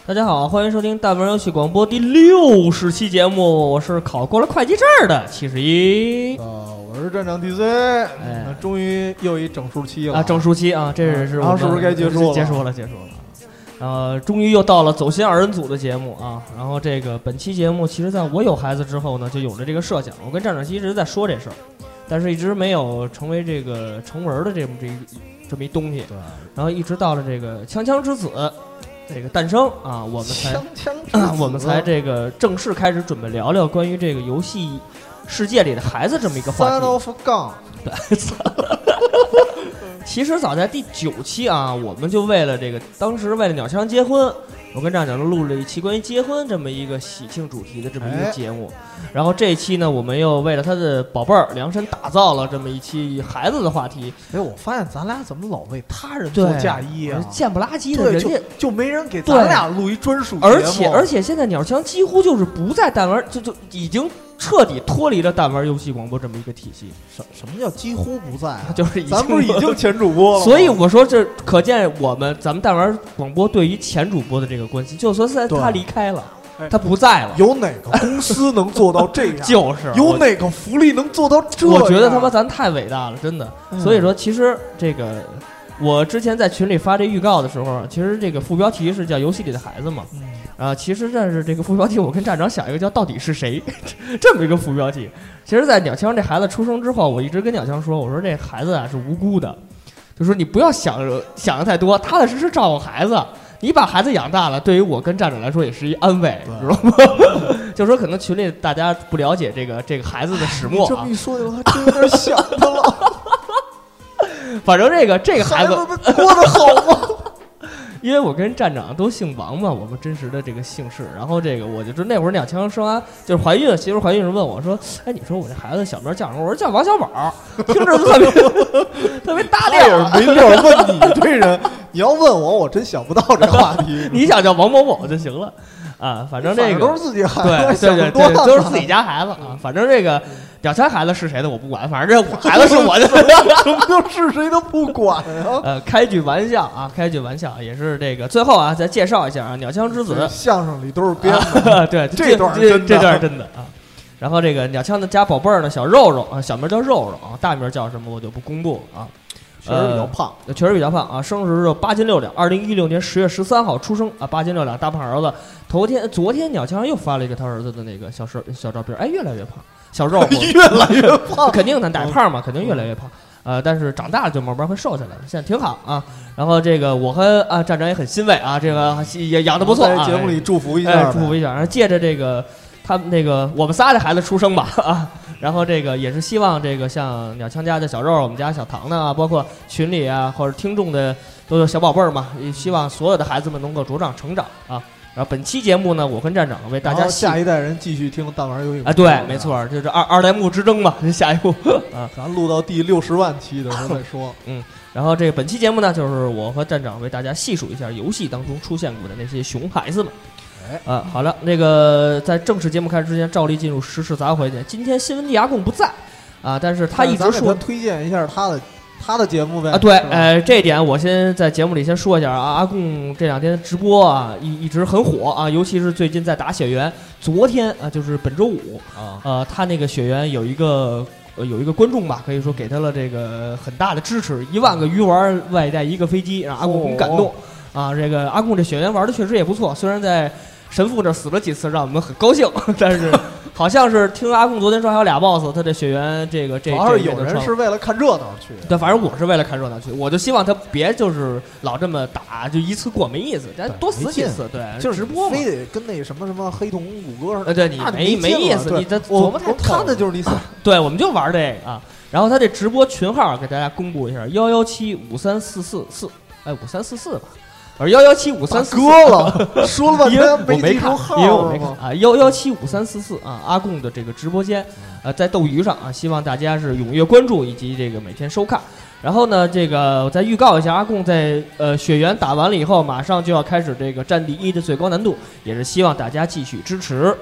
大家好，欢迎收听大玩游戏广播第60期节目，我是考过了会计证的71。 我是站长 DC，那终于又一整数期了啊，整数期啊，这是我们然后是不是该结束了？ 结束了。终于又到了走心二人组的节目啊。然后这个本期节目，其实在我有孩子之后呢，就有了这个设想。我跟站长一直在说这事儿，但是一直没有成为这个成文的这么一东西。对。然后一直到了这个锵锵之子这个诞生啊，我们才这个正式开始准备聊聊关于这个游戏世界里的孩子这么一个话题。 Son of gun。 对。其实早在第9期啊，我们就为了这个，当时为了鸟枪结婚，我跟站长录了一期关于结婚这么一个喜庆主题的这么一个节目。然后这一期呢，我们又为了他的宝贝儿量身打造了这么一期孩子的话题。 哎，我发现咱俩怎么老为他人做嫁衣啊？ 贱不拉几的，人家就没人给咱俩录一专属节目。 而且现在鸟枪几乎就是不在弹丸，就已经彻底脱离了弹丸游戏广播这么一个体系。 什么叫几乎不在啊？ 就是咱不是已经前主播了吗？ 所以我说这可见咱们弹丸广播对于前主播的这个关系，就说现在他离开了。他不在了， 有哪个公司能做到这样？ 就是有哪个福利能做到这样？ 我觉得他妈咱太伟大了，真的。所以说，其实这个我之前在群里发这预告的时候，其实这个副标题是叫“游戏里的孩子”嘛。其实但是这个副标题，我跟站长想一个叫“到底是谁”这么一个副标题。其实，在鸟枪这孩子出生之后，我一直跟鸟枪说，我说这孩子啊是无辜的，就说你不要想的太多，踏踏实实照顾孩子。你把孩子养大了，对于我跟站长来说也是一安慰，知道吗？就说可能群里大家不了解这个孩子的始末啊。 这么一说的话，真有点想他了。 反正这个孩子过得好吗？ 因为我跟站长都姓王嘛，我们真实的这个姓氏。然后这个我就知道那会儿鸟枪生完就是怀孕，媳妇怀孕时问我说：“哎，你说我这孩子小名叫什么？”我说叫王小宝，听着特别搭调。 没理儿问你这人，你要问我真想不到这话题。 你想叫王某某就行了啊，反正这个都是自己孩子， 对，都是自己家孩子啊。反正这个鸟枪孩子是谁的我不管，反正这我孩子是我的， 什么叫是谁都不管啊？ 开句玩笑啊，也是这个最后啊，再介绍一下啊，鸟枪之子相声里都是编的， 对， 这段真的啊。然后这个鸟枪的家宝贝儿呢，小肉肉啊，小名叫肉肉啊，大名叫什么我就不公布啊。 确实比较胖啊，生日是8斤6两，2016年10月13号出生啊，8斤6两大胖儿子。昨天鸟枪又发了一个他儿子的那个小照片，哎，越来越胖，小肉越来越胖， 肯定的，奶胖嘛，肯定越来越胖。但是长大了就慢慢会瘦下来，现在挺好啊。然后这个我和站长也很欣慰啊，这个也养得不错啊， 在节目里祝福一下， 祝福一下。然后借着这个他们那个我们仨的孩子出生吧啊。然后这个也是希望这个像鸟枪家的小肉，我们家小糖糖啊，包括群里啊或者听众的都有小宝贝儿嘛，也希望所有的孩子们能够茁壮成长啊。然后本期节目呢，我跟站长为大家下一代人继续听弹丸游戏啊，对，没错，就是二代目之争嘛，下一步啊， 咱录到第60万期的时候再说。 然后这个本期节目呢，就是我和站长为大家细数一下游戏当中出现过的那些熊孩子们。好了，那个在正式节目开始之前，照例进入时事杂烩去。今天新闻地牙贡不在啊，但是他一直说推荐一下他的节目呗啊，对，这一点我先在节目里先说一下啊，阿贡这2天直播啊，一直很火啊，尤其是最近在打血缘，昨天啊就是本周五他那个血缘有一个观众吧，可以说给他了这个很大的支持，1万个鱼丸外带1个飞机，让阿贡很感动啊。这个阿贡这血缘玩的确实也不错，虽然在神父这死了几次，让我们很高兴，但是好像是听阿贡昨天说还有俩 boss， 他这血缘这主要是有人是为了看热闹去， 对，反正我是为了看热闹去，我就希望他别就是老这么打，就一次过没意思，咱多死几次，对， 就是直播非得跟那什么黑瞳谷歌似的，对你没意思，你这琢磨太透了， 看的就是你死， 对，我们就玩这个啊。然后他这直播群号给大家公布一下，1175344，哎，5344吧。1175344 割了，说了半天没记住号， 因为我没看啊，1175344啊，阿贡的这个直播间，在斗鱼上啊，希望大家是踊跃关注以及这个每天收看。然后呢，这个我再预告一下，阿贡在血缘打完了以后，马上就要开始这个战地1的最高难度，也是希望大家继续支持。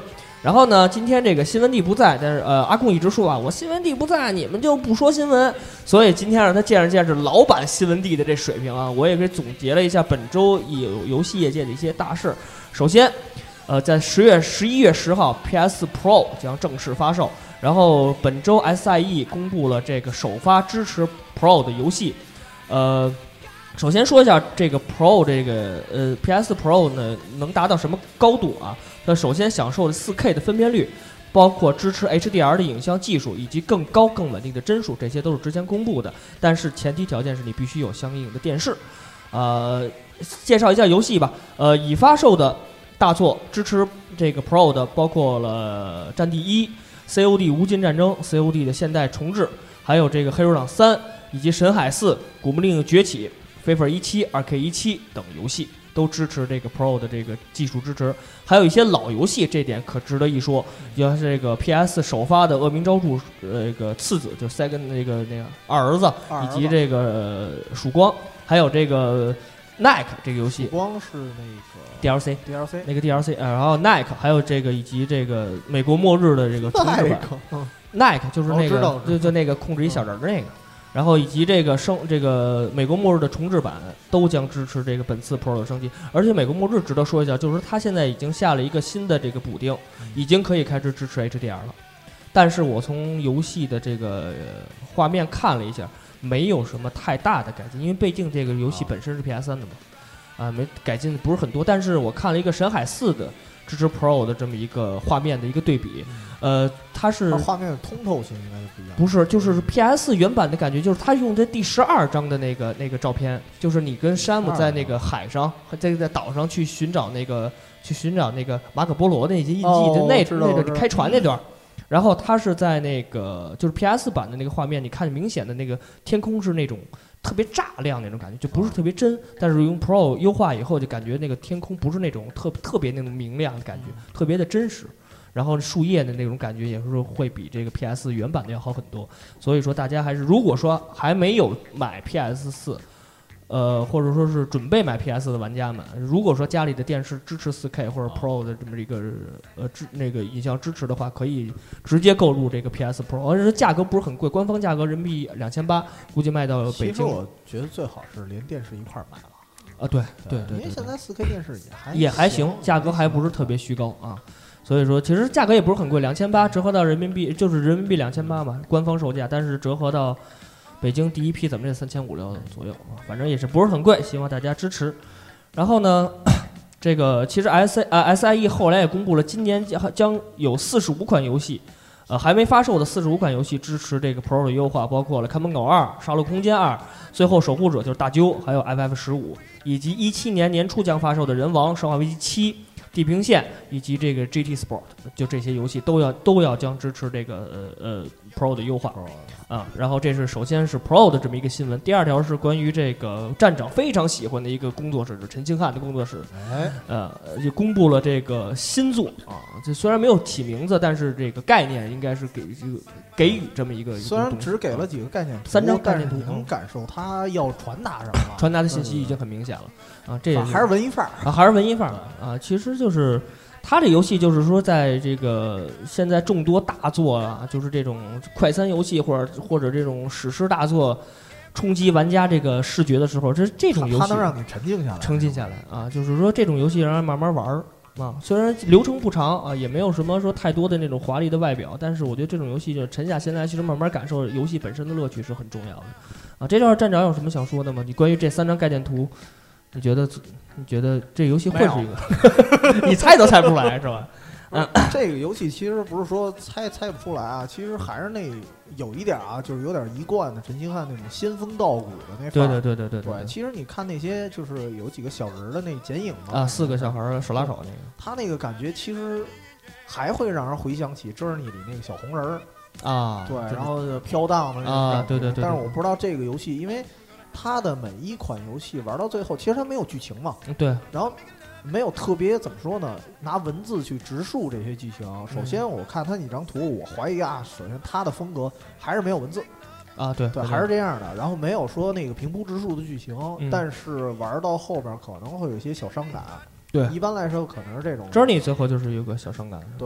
然后呢，今天这个新闻帝不在，但是阿空一直说啊，我新闻帝不在，你们就不说新闻，所以今天让他见识见识老版新闻帝的这水平啊。我也给总结了一下本周游戏业界的一些大事。首先，在11月10号 PS Pro 将正式发售，然后本周 SIE 公布了这个首发支持 Pro 的游戏，首先说一下这个 Pro 这个PS Pro 呢能达到什么高度啊？它首先享受了 4K 的分辨率，包括支持 HDR 的影像技术以及更高更稳定的帧数，这些都是之前公布的。但是前提条件是你必须有相应的电视。介绍一下游戏吧。已发售的大作支持这个 Pro 的包括了《战地1》、COD 无尽战争、COD 的现代重置，还有这个《黑手党3》以及《神海4》、《古墓丽影崛起》、FIFA 17、2K17等游戏都支持这个 Pro 的这个技术支持，还有一些老游戏，这点可值得一说。就是这个 PS 首发的《恶名昭著》这个次子，就 Second 那个二儿子，以及这个曙光，还有这个 Nike 这个游戏。曙光是那个 DLC 那个 DLC，然后 Nike 还有这个以及这个美国末日的这个重置版。Nike 就是那个就那个控制一小人的那个。然后以及这个美国末日的重置版都将支持这个本次 Pro 的升级，而且美国末日值得说一下，就是它现在已经下了一个新的这个补丁，已经可以开始支持 HDR 了。但是我从游戏的这个画面看了一下，没有什么太大的改进，因为毕竟这个游戏本身是 PS3 的嘛，没改进的不是很多。但是我看了一个神海4的支持 Pro 的这么一个画面的一个对比，它画面的通透性应该是不一样。 不是，就是 PS 原版的感觉，就是它用这第12章的那个照片，就是你跟山姆在那个海上，在岛上去寻找那个马可波罗那些印记的那个开船那段。然后它是在那个就是 PS 版的那个画面，你看明显的那个天空是那种特别炸亮那种感觉，就不是特别真。但是用 Pro 优化以后，就感觉那个天空不是那种特别那种明亮的感觉，特别的真实。然后树叶的那种感觉也是会比这个 PS 原版的要好很多。所以说大家还是如果说还没有买 PS4，或者说是准备买 PS 的玩家们，如果说家里的电视支持 4K 或者 Pro 的这么一个那个影像支持的话，可以直接购入这个 PS Pro， 而且价格不是很贵，官方价格人民币2800，估计卖到北京。 其实我觉得最好是连电视一块买了。 对， 因为现在 4K 电视也还行，价格还不是特别虚高啊。所以说，其实价格也不是很贵，2800折合到人民币就是人民币2800嘛，官方售价，但是折合到北京第一批怎么也3500左右啊，反正也是不是很贵，希望大家支持。然后呢，这个其实 SIE 后来也公布了，今年将有45款游戏，还没发售的45款游戏支持这个 Pro 的优化，包括了看门狗2、杀戮空间2、最后守护者就是大鸠，还有 FF15，以及17年年初将发售的人王、生化危机7。地平线以及这个 GT Sport， 就这些游戏都要将支持这个Pro 的优化啊。然后这是首先是 Pro 的这么一个新闻，第二条是关于这个站长非常喜欢的一个工作室，就是陈清汉的工作室，就公布了这个新作啊。这虽然没有起名字，但是这个概念应该是给予这么一个， 虽然只给了几个概念图 ，3张概念图， 你能感受他要传达什么了， 传达的信息已经很明显了啊。这也还是文艺范儿啊，还是文艺范儿啊。其实就是他这游戏就是说，在这个现在众多大作啊，就是这种快餐游戏或者这种史诗大作冲击玩家这个视觉的时候，这种游戏它能让你沉浸下来啊，就是说这种游戏让人慢慢玩啊，虽然流程不长啊，也没有什么说太多的那种华丽的外表，但是我觉得这种游戏就沉下心来，其实慢慢感受游戏本身的乐趣是很重要的啊。这段站长有什么想说的吗？你关于这3张概念图，你觉得这游戏会是一个？你猜都猜不出来是吧？ 这个游戏其实不是说猜不出来啊，其实还是有一点啊，就是有点一贯的陈清汉那种仙风道骨的那范儿。 对。 其实你看那些就是有几个小人的那剪影嘛， 啊，4个小孩手拉手那个， 他那个感觉其实还会让人回想起 Journey 里那个小红人啊， 对，然后飘荡的那种啊，对。 但是我不知道这个游戏，因为它的每一款游戏玩到最后，其实它没有剧情嘛， 对， 然后没有特别怎么说呢，拿文字去直述这些剧情。首先我看他几张图，我怀疑啊，首先他的风格还是没有文字啊，对， 还是这样的。然后没有说那个平铺直述的剧情，但是玩到后边可能会有一些小伤感。 对， 一般来说可能是这种。 Journey 最后就是有个小伤感。 对，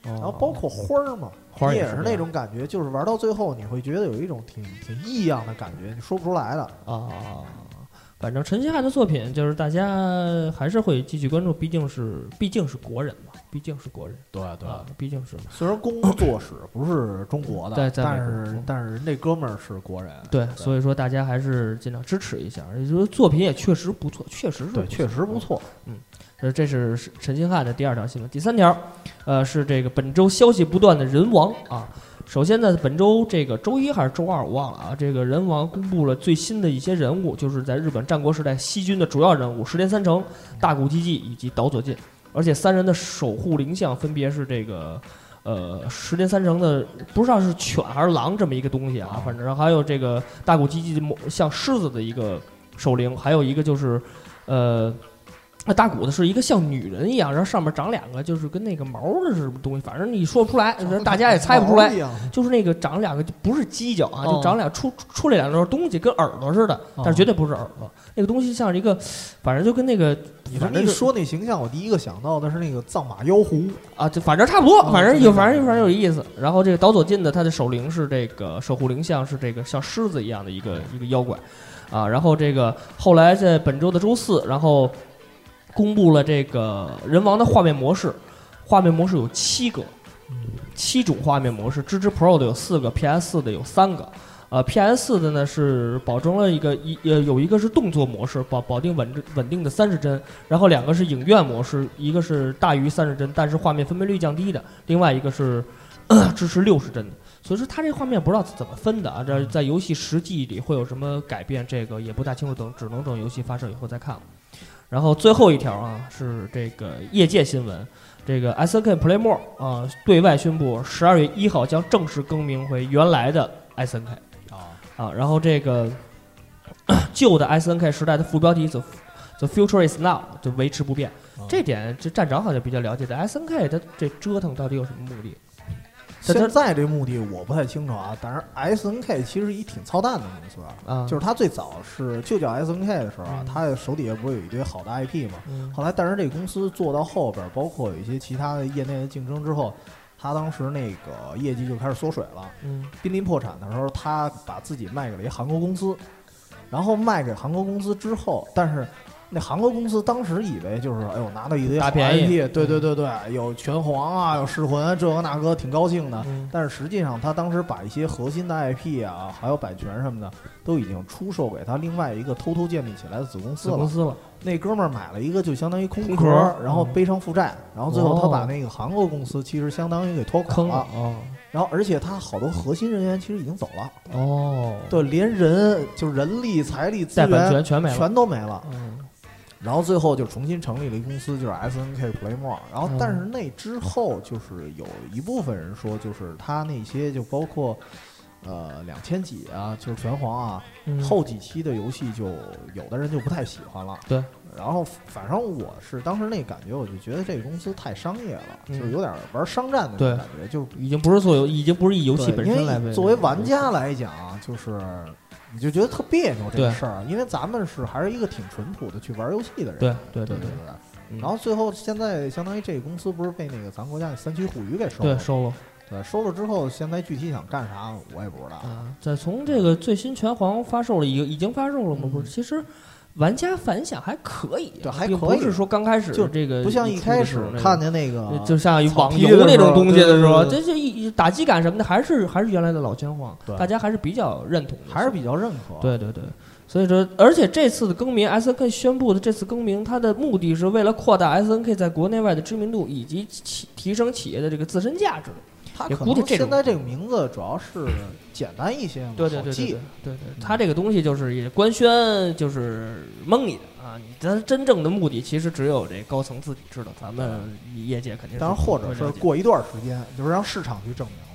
然后包括花儿嘛， 花儿也是那种感觉，就是玩到最后你会觉得有一种挺异样的感觉，你说不出来的啊。反正陈星汉的作品，就是大家还是会继续关注，毕竟是国人嘛，毕竟是国人。 对毕竟是。 虽然工作室不是中国的，但是那哥们儿是国人。 对，所以说大家还是尽量支持一下，也就是作品也确实不错，确实不错。这是陈星汉的第2条新闻。第3条，是这个本周消息不断的人王啊。首先呢，本周这个周一还是周二我忘了啊，这个人王公布了最新的一些人物，就是在日本战国时代西军的主要人物石田三成、大谷吉继以及岛佐进，而且3人的守护灵像分别是这个石田三成的不知道是犬还是狼这么一个东西啊，反正还有这个大谷吉继像狮子的一个守灵，还有一个就是那大谷的是一个像女人一样，然后上面长2个，就是跟那个毛的是什么东西，反正你说不出来，大家也猜不出来，就是那个长2个，就不是犄角啊，就长出来2个东西，跟耳朵似的，但是绝对不是耳朵，那个东西像是一个，正就跟那个， 反正你说那形象，我第一个想到的是那个藏马妖狐啊，就反正差不多，反正有意思。然后这个岛佐进的他的守灵是这个守护灵像是这个像狮子一样的一个妖怪，啊，然后这个后来在本周的周4，然后公布了这个人王的画面模式有7个，7种画面模式，支持 Pro 的有4个 ，PS4 的有3个。PS4 的呢是保证了有一个是动作模式，保定稳定的30帧，然后2个是影院模式，一个是大于30帧，但是画面分辨率降低的，另外一个是支持60帧的。所以说它这画面不知道怎么分的啊，这在游戏实际里会有什么改变，这个也不大清楚，只能等游戏发售以后再看了。然后最后一条啊是这个业界新闻，这个 SNK Playmore 啊对外宣布12月1号将正式更名为原来的 SNK 啊，然后这个旧的 SNK 时代的副标题 The Future is Now 就维持不变，这点这站长好像比较了解的。SNK 它这折腾到底有什么目的？ 现在这目的我不太清楚啊，但是 SNK 其实一挺操蛋的公司啊，就是他最早就叫 SNK 的时候啊，他手底下不是有一堆好的 IP 嘛，后来但是这个公司做到后边，包括有一些其他的业内的竞争之后，他当时那个业绩就开始缩水了，濒临破产的时候，他把自己卖给了一韩国公司，然后卖给韩国公司之后，但是那韩国公司当时以为就是哎呦拿到一堆好 IP， 对，有拳皇啊，有噬魂这个那个，挺高兴的。但是实际上他当时把一些核心的 IP 啊，还有版权什么的，都已经出售给他另外一个偷偷建立起来的子公司了。那哥们儿买了一个就相当于空壳，然后背上负债，然后最后他把那个韩国公司其实相当于给拖垮了。然后，而且他好多核心人员其实已经走了。对，连人力、财力、资源全都没了。然后最后就重新成立了一公司，就是 SNK Playmore。然后，但是那之后就是有一部分人说，就是他那些就包括2000几啊，就是拳皇啊，后几期的游戏就有的人就不太喜欢了。 对。 然后反正我是当时那感觉，我就觉得这个公司太商业了，就是有点玩商战的那种感觉，就已经不是以游戏本身来为。 作为玩家来讲，就是你就觉得特别扭这个事儿，因为咱们还是一个挺淳朴的去玩游戏的人。对。然后最后现在相当于这个公司不是被那个咱国家的三区虎鱼给收了？对，收了之后，现在具体想干啥我也不知道。 再从这个最新拳皇发售了，已经发售了吗？不是，其实。玩家反响还可以， 对，还可以， 不是说刚开始就这个不像一开始看见那个， 就像网游那种东西的时候，这打击感什么的，还是原来的老拳皇，大家还是比较认同的， 还是比较认可。 对，所以说，而且这次的更名 ，SNK 宣布的这次更名，它的目的是为了扩大 SNK 在国内外的知名度，以及提升企业的这个自身价值。 他可能现在这个名字主要是简单一些， 对，他这个东西就是也官宣，就是蒙你的啊。你真正的目的其实只有这高层自己知道，咱们业界肯定是。 当然，或者是过一段时间，就是让市场去证明了。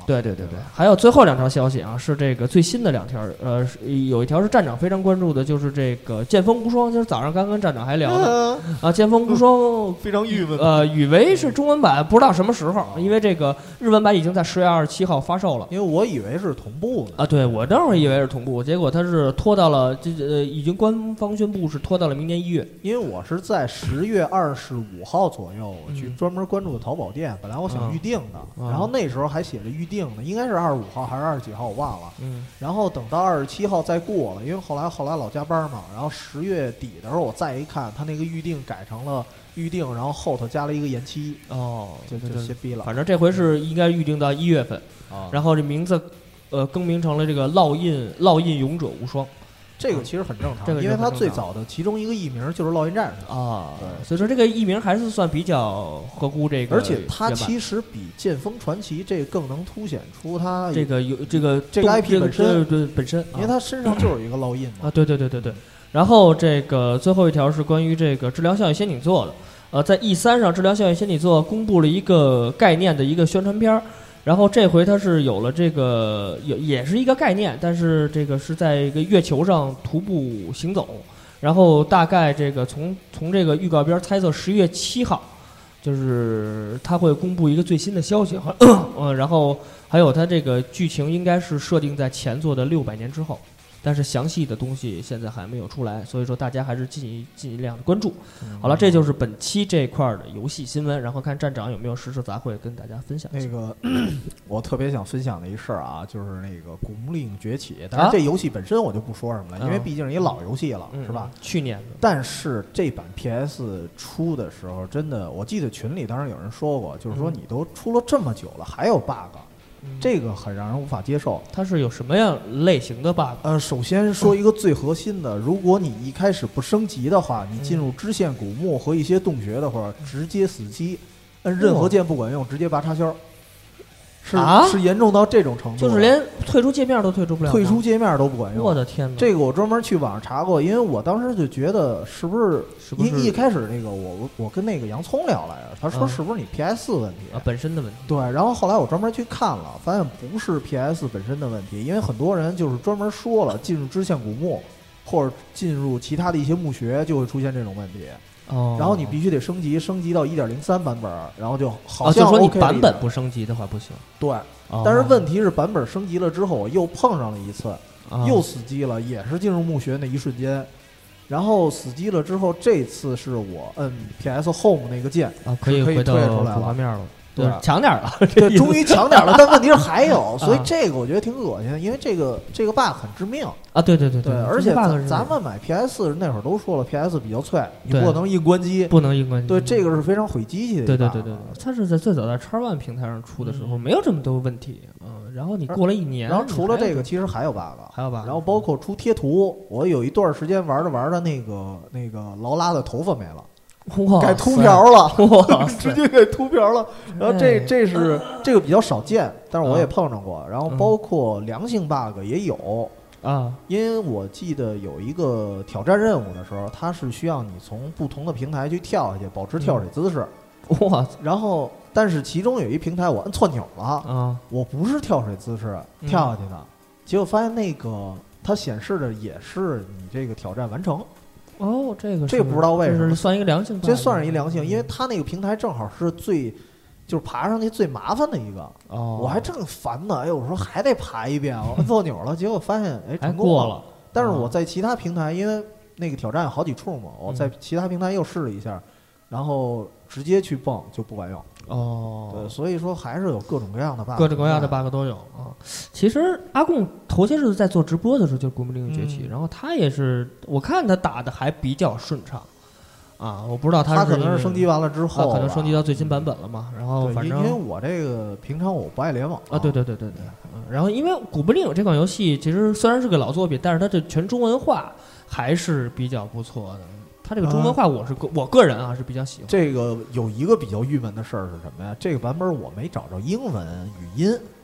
对，还有最后2条消息啊，是这个最新的2条，有一条是站长非常关注的，就是这个剑锋无双，就是早上刚跟站长还聊呢啊，剑锋无双非常郁闷， 以为是中文版，不知道什么时候，因为这个日文版已经在10月27号发售了， 因为我以为是同步的啊，对我那会儿以为是同步，结果它是拖到了已经官方宣布是拖到了明年1月， 因为我是在10月25号左右我去专门关注的淘宝店，本来我想预定的，然后那时候还写着预定呢，应该是25号还是20几号我忘了，然后等到27号再过了，因为后来老加班嘛，然后10月底的时候我再一看，他那个预定改成了预定，然后后头加了一个延期，就歇逼了。 反正这回是应该预定到1月份，然后这名字更名成了这个烙印勇者无双。 这个其实很正常，因为它最早的其中一个艺名就是烙印战士啊，所以说这个艺名还是算比较合乎这个， 而且它其实比剑锋传奇这更能凸显出它这个有这个 IP 本身， 对本身， 因为它身上就有一个烙印嘛。 啊，对。然后这个最后一条是关于这个质量效应仙女座的，在 E3 上质量效应仙女座公布了一个概念的一个宣传片。然后这回它是有了这个也是一个概念，但是这个是在一个月球上徒步行走，然后大概这个从这个预告片猜测10月7号，就是它会公布一个最新的消息，然后还有它这个剧情应该是设定在前作的600年之后。但是详细的东西现在还没有出来，所以说大家还是尽量的关注。好了，这就是本期这块的游戏新闻，然后看站长有没有时事杂烩跟大家分享。 那个我特别想分享的一事儿啊，就是那个《古墓丽影崛起》，但是这游戏本身我就不说什么了，因为毕竟是一老游戏了，是吧？ 去年的。 但是这版 PS 出的时候，真的，我记得群里当时有人说过，就是说你都出了这么久了，还有 bug。这个很让人无法接受。 它是有什么样类型的 bug？ 首先说一个最核心的，如果你一开始不升级的话，你进入支线古墓和一些洞穴的话，直接死机，摁任何键不管用，直接拔插销。是严重到这种程度， 就是连退出界面都退出不了， 退出界面都不管用。 我的天哪！ 这个我专门去网上查过，因为我当时就觉得是不是一开始那个我跟那个洋葱聊来着，他说是不是你 PS 问题啊，本身的问题。 对，然后后来我专门去看了，发现不是 PS 本身的问题，因为很多人就是专门说了，进入支线古墓或者进入其他的一些墓穴就会出现这种问题。然后你必须得升级到 1.03 版本，然后就好像就说你版本不升级的话不行。 对，但是问题是版本升级了之后，我又碰上了一次，又死机了，也是进入墓穴那一瞬间。然后死机了之后，这次是我摁 PS Home 那个键可以退出来主画面了。 对， 强点了， 对，终于强点了，但问题是还有，所以这个我觉得挺恶心的，因为这个 bug 很致命啊，对， 而且咱们买 PS 那会儿都说了 PS 比较脆，你不能硬关机， 不能硬关机， 对，这个是非常毁机器的， 对，它是在最早在 X1 平台上出的时候没有这么多问题，然后你过了1年， 然后除了这个其实还有 bug，然后包括出贴图，我有一段时间玩着那个劳拉的头发没了。改秃瓢了，直接改秃瓢了。然后这个比较少见，但是我也碰上过。然后包括良性 bug 也有啊， 因为我记得有一个挑战任务的时候，它是需要你从不同的平台去跳下去，保持跳水姿势。 哇！ 然后但是其中有一平台我摁错钮了，我不是跳水姿势跳下去的，结果发现那个它显示的也是你这个挑战完成。这个不知道为什么算一个良性， 这算是一良性，因为它那个平台正好是就是爬上去最麻烦的一个。我还正烦呢，我说还得爬一遍，我摁错钮了，结果发现成功过了。 但是我在其他平台，因为那个挑战有好几处嘛，我在其他平台又试了一下，然后直接去蹦就不管用。对，所以说还是有各种各样的 bug， 各种各样的 bug 都有啊。其实阿贡头些日子在做直播的时候就《古墓丽影崛起》，然后他也是，我看他打的还比较顺畅啊。我不知道他可能是升级完了之后， 可能升级到最新版本了嘛。然后反正因为我这个平常我不爱联网啊，对。然后因为《古墓丽影》这款游戏其实虽然是个老作品，但是它这全中文化还是比较不错的。它这个中文化我个人啊是比较喜欢。 这个有一个比较郁闷的事儿是什么呀？这个版本我没找着英文语音。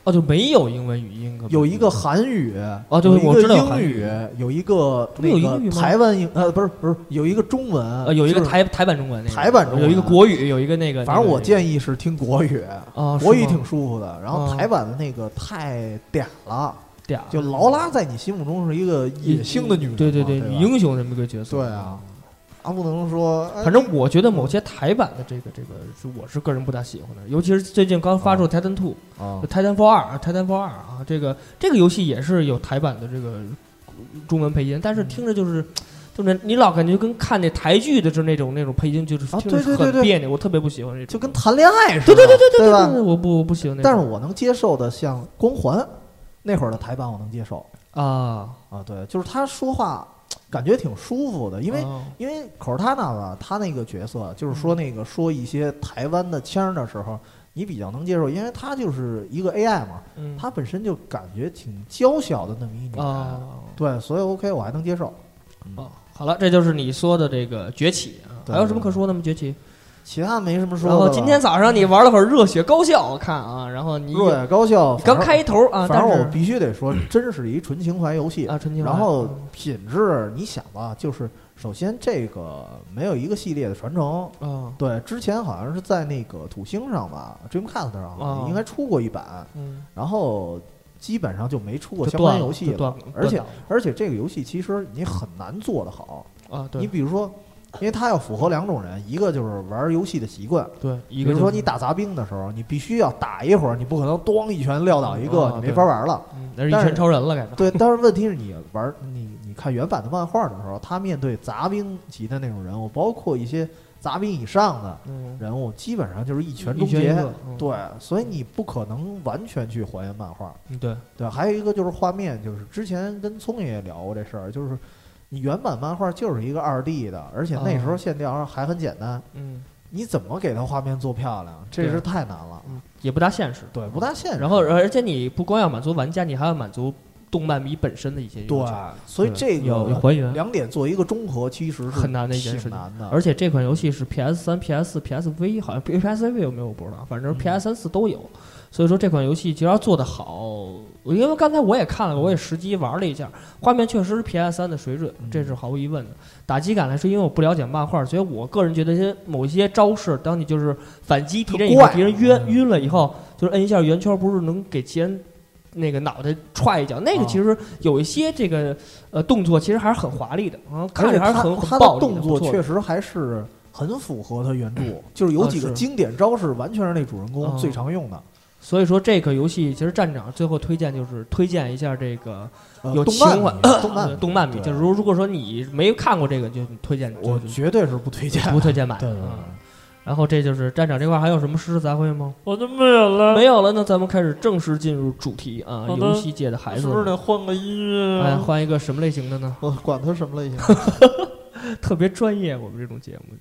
哦，就没有英文语音。 有一个韩语哦，对， 我知道英语，有一个那个台湾英不是有一个中文， 有一个台版中文， 台版中文有一个国语，有一个那个。 反正我建议是听国语国语挺舒服的。然后台版的那个太嗲了，就劳拉在你心目中是一个野性的女人， 对，英雄这么一个角色。 对啊。不能说， 反正我觉得某些台版的这个我是个人不大喜欢的，尤其是最近刚发售 Titan 2 Titanfall 2啊，这个游戏也是有台版的这个中文配音，但是听着就是你老感觉跟看那台剧的是那种配音，就是听着很别扭，我特别不喜欢这种， 就跟谈恋爱似的。 对吧？我不喜欢那种。 但是我能接受的，像光环那会儿的台版我能接受对，就是他说话感觉挺舒服的，因为Cortana吧，他那个角色就是说说一些台湾的腔的时候，你比较能接受，因为他就是一个 AI 嘛，他本身就感觉挺娇小的那么一点，对，所以 OK 我还能接受。 好了，这就是你说的这个崛起啊，还有什么可说的吗？崛起？ 其他没什么说的。 然后今天早上你玩了会儿热血高校，我看啊，然后你热血高校刚开一头啊， 反正我必须得说，真是一纯情怀游戏啊，纯情怀。 然后品质，你想吧，就是首先这个没有一个系列的传承对，之前好像是在那个土星上吧 ，Dreamcast 上应该出过一版，然后基本上就没出过相关游戏了。而且这个游戏其实你很难做得好啊，对， 你比如说。因为它要符合两种人，一个就是玩游戏的习惯， 对， 比如说你打杂兵的时候，你必须要打一会儿，你不可能咣一拳撂倒一个，你没法玩了， 那是一拳超人了， 对，但是问题是你玩你看原版的漫画的时候，他面对杂兵级的那种人物，包括一些杂兵以上的人物，基本上就是一拳终结，对，所以你不可能完全去还原漫画，对，还有一个就是画面，就是之前跟聪爷也聊过这事儿，就是。你原版漫画就是一个2D 的，而且那时候线条还很简单，你怎么给它画面做漂亮？这是太难了， 也不大现实， 对，不大现实。 然后，而且你不光要满足玩家，你还要满足动漫迷本身的一些要求。 对，所以这个还原两点做一个综合，其实是很难的一件事情。 难的。 而且这款游戏是 PS3、PS4、PSV， 好像 PSV 有没有我不知道，反正 PS3、4都有。所以说这款游戏只要做得好，因为刚才我也看了，我也实机玩了一下，画面确实是 PS3 的水准，这是毫无疑问的。打击感来说，因为我不了解漫画，所以我个人觉得某一些招式，当你就是反击敌人以后，敌人晕了以后，就是摁一下圆圈，不是能给敌人那个脑袋踹一脚，那个其实有一些这个动作其实还是很华丽的，看着还是很暴力的， 动作确实还是很符合他原著，就是有几个经典招式完全是那主人公最常用的。 所以说这个游戏其实站长最后推荐就是推荐一下这个有情怀动漫迷，就是如果说你没看过这个，就推荐我绝对是不推荐买。 对。然后这就是站长这块还有什么诗词杂烩吗？ 我就没有了。 那咱们开始正式进入主题啊，游戏界的孩子，是不是得换个音乐？ 哎，换一个什么类型的呢？ 我管它什么类型， 特别专业，我们这种节目。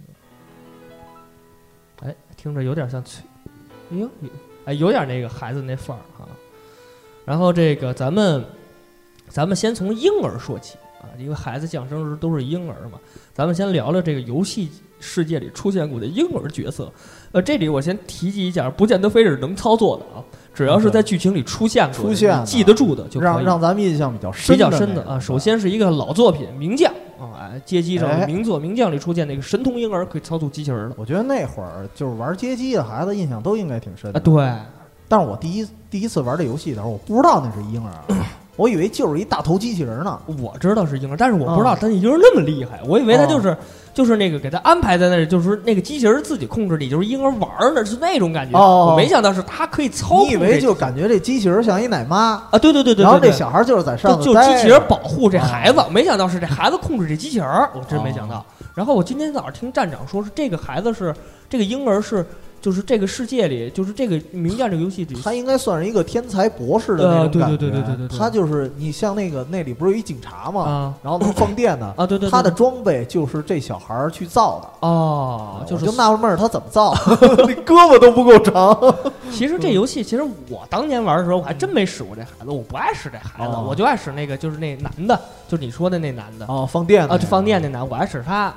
哎，听着有点像有点那个孩子那范儿啊。然后这个咱们先从婴儿说起啊，因为孩子降生时都是婴儿嘛，咱们先聊聊这个游戏世界里出现过的婴儿角色。这里我先提及一下，不见得非是能操作的啊，只要是在剧情里出现记得住的就可以， 让咱们印象比较深的啊。首先是一个老作品名将啊，街机上的名作名将里出现那个神童婴儿可以操作机器人的。 我觉得那会儿就是玩街机的孩子印象都应该挺深的。 对， 但是我第一次玩这游戏的时候，我不知道那是婴儿，我以为就是一大头机器人呢。 我知道是婴儿，但是我不知道他婴儿那么厉害，我以为他就是那个给他安排在那里，就是那个机器人自己控制你，就是婴儿玩的是那种感觉。我没想到是他可以操控。 你以为就感觉这机器人像一奶妈啊？对。 然后这小孩就是在上面就机器人保护这孩子，没想到是这孩子控制这机器人，我真没想到。然后我今天早上听站长说是这个孩子是这个婴儿是。就是这个世界里，就是这个名将这个游戏里， 他应该算是一个天才博士的那种感觉。 对， 他就是你像那里不是有一警察吗？然后能放电的啊，对， 他的装备就是这小孩去造的哦， 就纳闷儿他怎么造，那胳膊都不够长。 其实这游戏，其实我当年玩的时候，我还真没使过这孩子，我不爱使这孩子，我就爱使那个就是那男的，就是你说的那男的放电的就放电那男，我爱使他。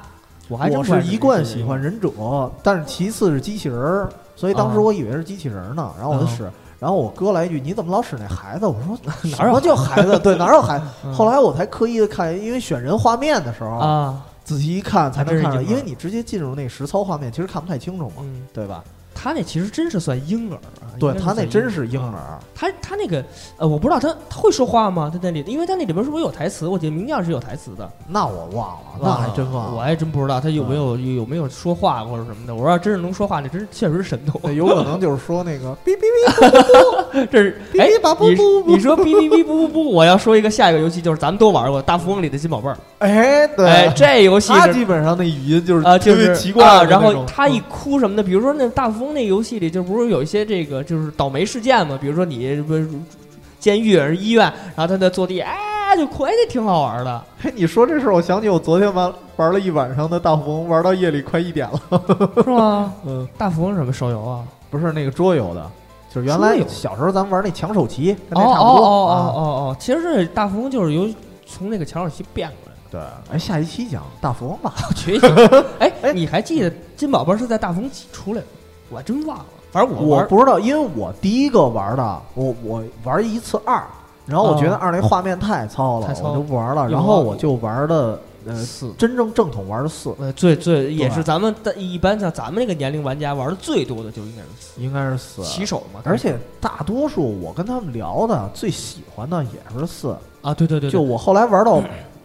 我是一贯喜欢忍者，但是其次是机器人，所以当时我以为是机器人呢，然后我就使。然后我哥来一句：“你怎么老使那孩子？”我说：“哪有就孩子？对，哪有孩子？”后来我才刻意的看，因为选人画面的时候啊， 仔细一看才能看到，因为你直接进入那实操画面，其实看不太清楚嘛，对吧？ 他那其实真是算婴儿啊， 对他那真是婴儿。 他那个我不知道他会说话吗？他那里，因为他那里边是不是有台词？我记得明亮是有台词的。 那我忘了，那还真忘了， 我还真不知道他有没有说话或者什么的。我说要真是能说话，那真是确实是神童。 有可能就是说那个哔哔哔不不， 这是你说哔哔哔不不不，我要说一个下一个游戏，就是咱们都玩过《大富翁》里的金宝贝儿。 哎，对， 这游戏他基本上那语音就是特别奇怪， 然后他一哭什么的，比如说那大富翁那游戏里就不是有一些这个就是倒霉事件嘛，比如说你监狱是医院，然后他在坐地就哭，这挺好玩的。 你说这事儿，我想起我昨天玩了一晚上的大富翁，玩到夜里快1点了， 是吗？大富翁什么手游啊？ 不是那个桌游的，就是原来小时候咱们玩那抢手棋，跟那差不多。 哦，其实这大富翁就是从那个抢手棋变过来。 对，下一期讲大富翁吧。 你还记得金宝贝是在大富翁几出来的？我还真忘了。反正我不知道，因为我第一个玩的，我玩1次2，然后我觉得2那画面太糙了，我就不玩了。然后我就玩的 4， 真正正统玩的4。 最也是咱们一般像咱们这个年龄玩家玩的最多的就应该是4，起手嘛。 而且大多数我跟他们聊的最喜欢的也是4 啊，对， 就我后来玩到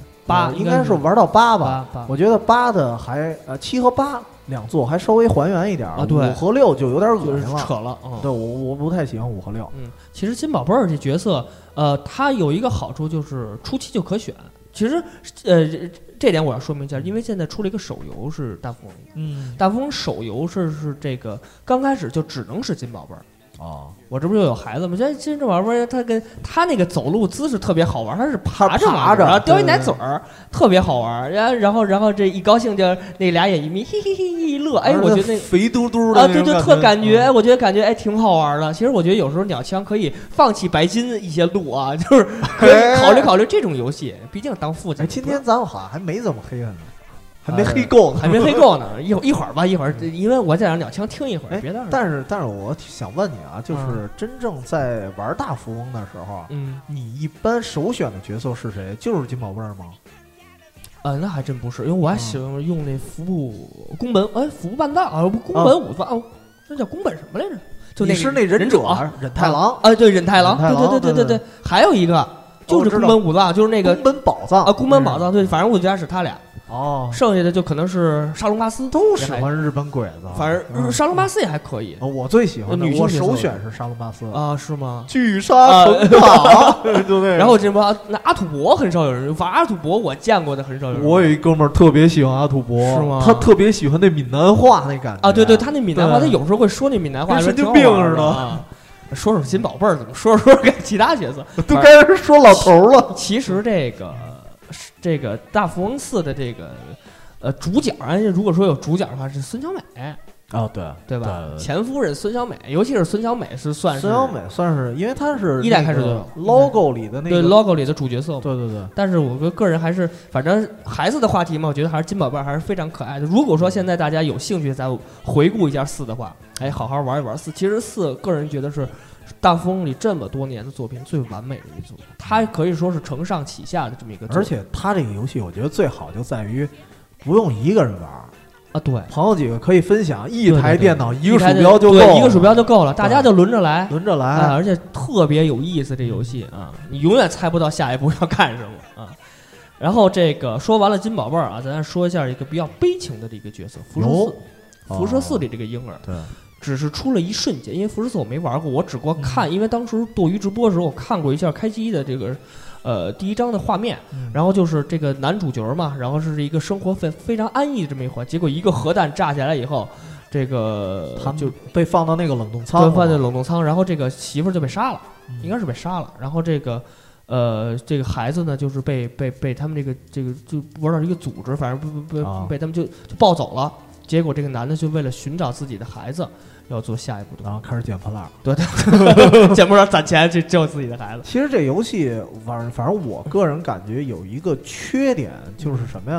8， 应该是玩到8吧。我觉得8的还7和8。2座还稍微还原一点啊，对，5和6就有点恶心了， 扯了。 对，我不太喜欢5和6。 其实金宝贝儿这角色，它有一个好处就是初期就可选。其实，这点我要说明一下，因为现在出了一个手游是大富翁，大富翁手游是这个刚开始就只能是金宝贝儿。我这不是有孩子吗？这金宝贝儿他那个走路姿势特别好玩，他是爬着，然后叼一奶嘴儿，特别好玩。然后这一高兴就那俩眼一眯，嘿嘿嘿一乐。我觉得那肥嘟嘟的对，特感觉，我觉得挺好玩的。其实我觉得有时候鸟枪可以放弃白金一些路啊，就是可以考虑这种游戏。毕竟当父亲， 今天咱们好像还没怎么黑他呢。还没黑够呢，一会儿吧，因为我再让鸟枪听一会儿，别的。 但是我想问你啊，就是真正在玩大富翁的时候，你一般首选的角色是谁？就是金宝贝儿吗？ 那还真不是，因为我还喜欢用那服部宫本，服部半藏啊，宫本武藏，那叫宫本什么来着？就你是那忍者忍太郎对，忍太郎，对，还有一个就是宫本武藏，就是那个宫本宝藏宫本宝藏，对，反正我觉得是他俩。剩下的就可能是沙龙巴斯， 都喜欢日本鬼子。 反正沙龙巴斯也还可以。 我最喜欢的，我首选是沙龙巴斯啊，是吗？ 巨沙城塔，对。 然后这帮那阿土伯很少有人，反正阿土伯我见过的很少有人。 我有一哥们儿特别喜欢阿土伯， 是吗？ 他特别喜欢那闽南话那感觉啊，对，他那闽南话，他有时候会说那闽南话， 跟神经病似的。 说金宝贝儿怎么说给其他角色， 都该是说老头了。 其实这个大富翁4的这个。主角如果说有主角的话是孙小美对吧？前夫人孙小美，尤其是孙小美算是孙小美算是，因为她是 1代开始就有 logo 里的那个对 logo 里的主角色， 对。 但是我个人还是，反正孩子的话题嘛，我觉得还是金宝贝还是非常可爱的。如果说现在大家有兴趣再回顾一下4的话，好好玩一玩4。其实4个人觉得是大富翁里这么多年的作品最完美的一作品，它可以说是承上启下的这么一个作品。 而且它这个游戏我觉得最好就在于不用一个人玩啊，对， 朋友几个可以分享一台电脑，一个鼠标就够了， 一个鼠标就够了，大家就轮着来， 而且特别有意思。这游戏啊，你永远猜不到下一步要干什么啊。然后这个说完了金宝贝儿啊，咱说一下一个比较悲情的这个角色，辐射4里这个婴儿， 对， 只是出了一瞬间，因为辐射4我没玩过，我只不过看，因为当时斗鱼直播的时候我看过一下开机的这个。第一章的画面，然后就是这个男主角嘛，然后是一个生活非常安逸的这么一环，结果一个核弹炸下来以后，这个他就被放到那个冷冻仓， 放在冷冻仓，然后这个媳妇儿就被杀了，应该是被杀了，然后这个孩子呢，就是被他们这个就不知道一个组织，反正被他们就抱走了，结果这个男的就为了寻找自己的孩子。要做下一步的， 然后开始捡破烂， 对，捡破烂攒钱去救自己的孩子。 其实这游戏反正我个人感觉有一个缺点，就是什么呀？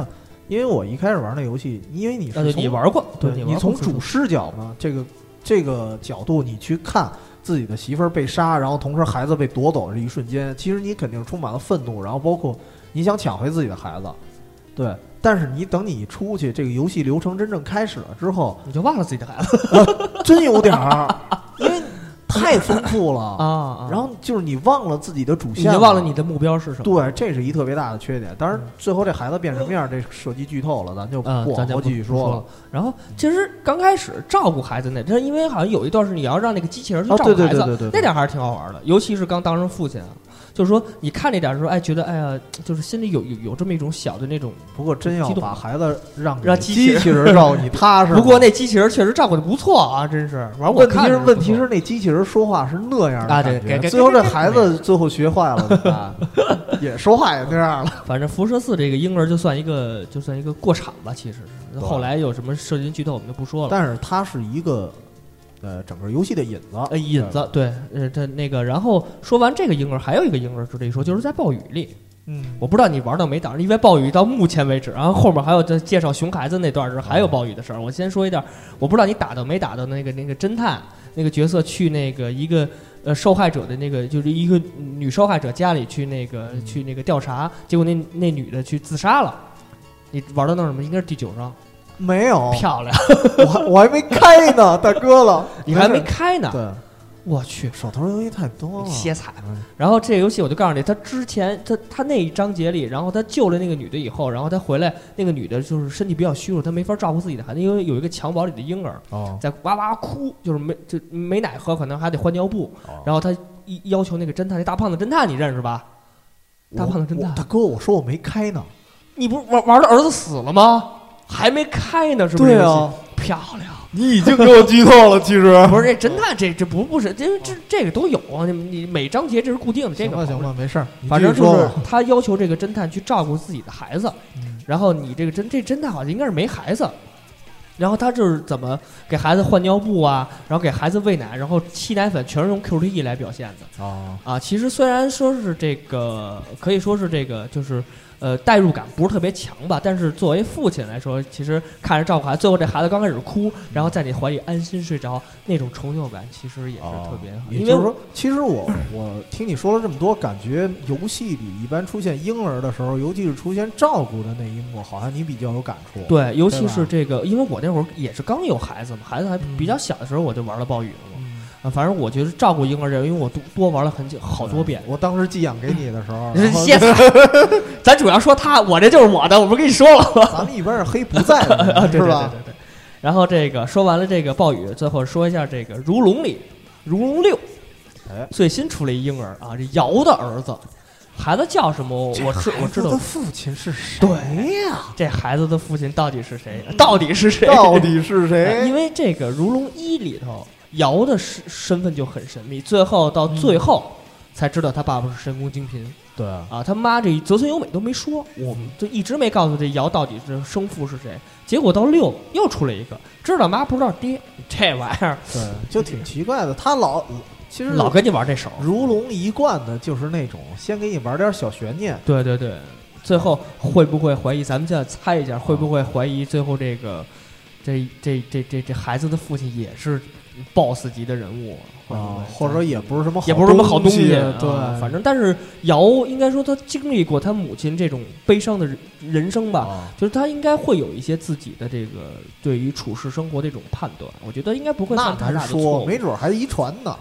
因为我一开始玩那游戏，因为你是你玩过，对， 你从主视角呢，这个角度你去看自己的媳妇儿被杀，然后同时孩子被夺走这一瞬间，其实你肯定充满了愤怒，然后包括你想抢回自己的孩子，对。但是等你出去，这个游戏流程真正开始了之后， 你就忘了自己的孩子， 真有点儿，因为太丰富了啊。然后就是你忘了自己的主线， 你就忘了你的目标是什么。 对，这是一特别大的缺点。当然，最后这孩子变什么样，这涉及剧透了，咱就不往后继续说了。 然后，其实刚开始照顾孩子那，这因为好像有一段是你要让那个机器人去照顾孩子，那点还是挺好玩的。尤其是刚当上父亲啊。就是说，你看那点的时候，哎，觉得哎呀，就是心里有这么一种小的那种。 不过真要把孩子让机器人照顾你踏实。 不过那机器人确实照顾的不错啊，真是。完我看问题是那机器人说话是那样的啊，对， 最后这孩子最后学坏了，也说话也那样了。 反正辐射4这个婴儿就算一个过场吧，其实是。后来有什么涉及剧透我们就不说了。 但是它是一个。整个游戏的引子， 对，他那个，然后说完这个婴儿，还有一个婴儿值得一说，就是在暴雨里，我不知道你玩到没打，因为暴雨到目前为止，然后后面还有介绍熊孩子那段时还有暴雨的事儿。我先说一点，我不知道你打到没打到那个侦探那个角色去那个一个受害者的那个就是一个女受害者家里去那个调查，结果那女的去自杀了。你玩到那儿吗？应该是第9章。 没有， 漂亮， 我还没开呢，大哥了， 你还没开呢？ 对， 我去， 手头游戏太多了， 歇菜。然后这个游戏我就告诉你，他之前他那一章节里，然后他救了那个女的以后，然后他回来，那个女的就是身体比较虚弱，她没法照顾自己的孩子，因为有一个襁褓里的婴儿在哇哇哭，就是没奶喝，可能还得换尿布。然后他要求那个侦探，那大胖子侦探你认识吧？大胖子侦探， 大哥，我说我没开呢， 你不是玩的儿子死了吗？还没开呢，是不是？ 对啊， 漂亮！ 你已经给我剧透了，其实不是这侦探，这不是，这个都有啊。你每章节这是固定的，这个行吧，没事儿。 反正就是他要求这个侦探去照顾自己的孩子，然后你这侦探好像应该是没孩子，然后他就是怎么给孩子换尿布啊，然后给孩子喂奶，然后沏奶粉，全是用 QTE 来表现的。其实虽然说是这个，可以说是这个就是。代入感不是特别强吧，但是作为父亲来说，其实看着照顾孩子，最后这孩子刚开始哭，然后在你怀里安心睡着，那种成就感其实也是特别好。 也就是说，其实我听你说了这么多，感觉游戏里一般出现婴儿的时候，尤其是出现照顾的那一幕，好像你比较有感触。 对，尤其是这个，因为我那会儿也是刚有孩子嘛，孩子还比较小的时候，我就玩了暴雨了嘛。反正我觉得照顾婴儿这个，因为我多玩了好多遍。 我当时寄养给你的时候， 歇菜。咱主要说他，我这就是我的，我不是跟你说了吗？ 咱们一般是黑不在的，是吧？ 对。然后这个说完了这个暴雨，最后说一下这个如龙里，如龙6，最新出了一婴儿啊，这瑶的儿子，孩子叫什么？我知道。 的父亲是谁呀？ 这孩子的父亲到底是谁？ 到底是谁？ 因为这个如龙1里头。瑶的身份就很神秘，最后才知道他爸爸是神功精品。 对啊，他妈这泽村优美都没说，我们就一直没告诉这瑶到底是生父是谁。结果到6又出来一个，知道妈不知道爹，这玩意儿对就挺奇怪的。他其实老跟你玩这手， 如龙一贯的就是那种先给你玩点小悬念。 对，最后会不会怀疑？咱们就要猜一下，会不会怀疑最后这个这孩子的父亲也是 boss 级的人物或者也不是什么好东西， 对， 反正但是瑶应该说他经历过他母亲这种悲伤的人生吧，就是他应该会有一些自己的这个对于处世生活的一种判断，我觉得应该不会犯太大的错误， 没准还遗传呢。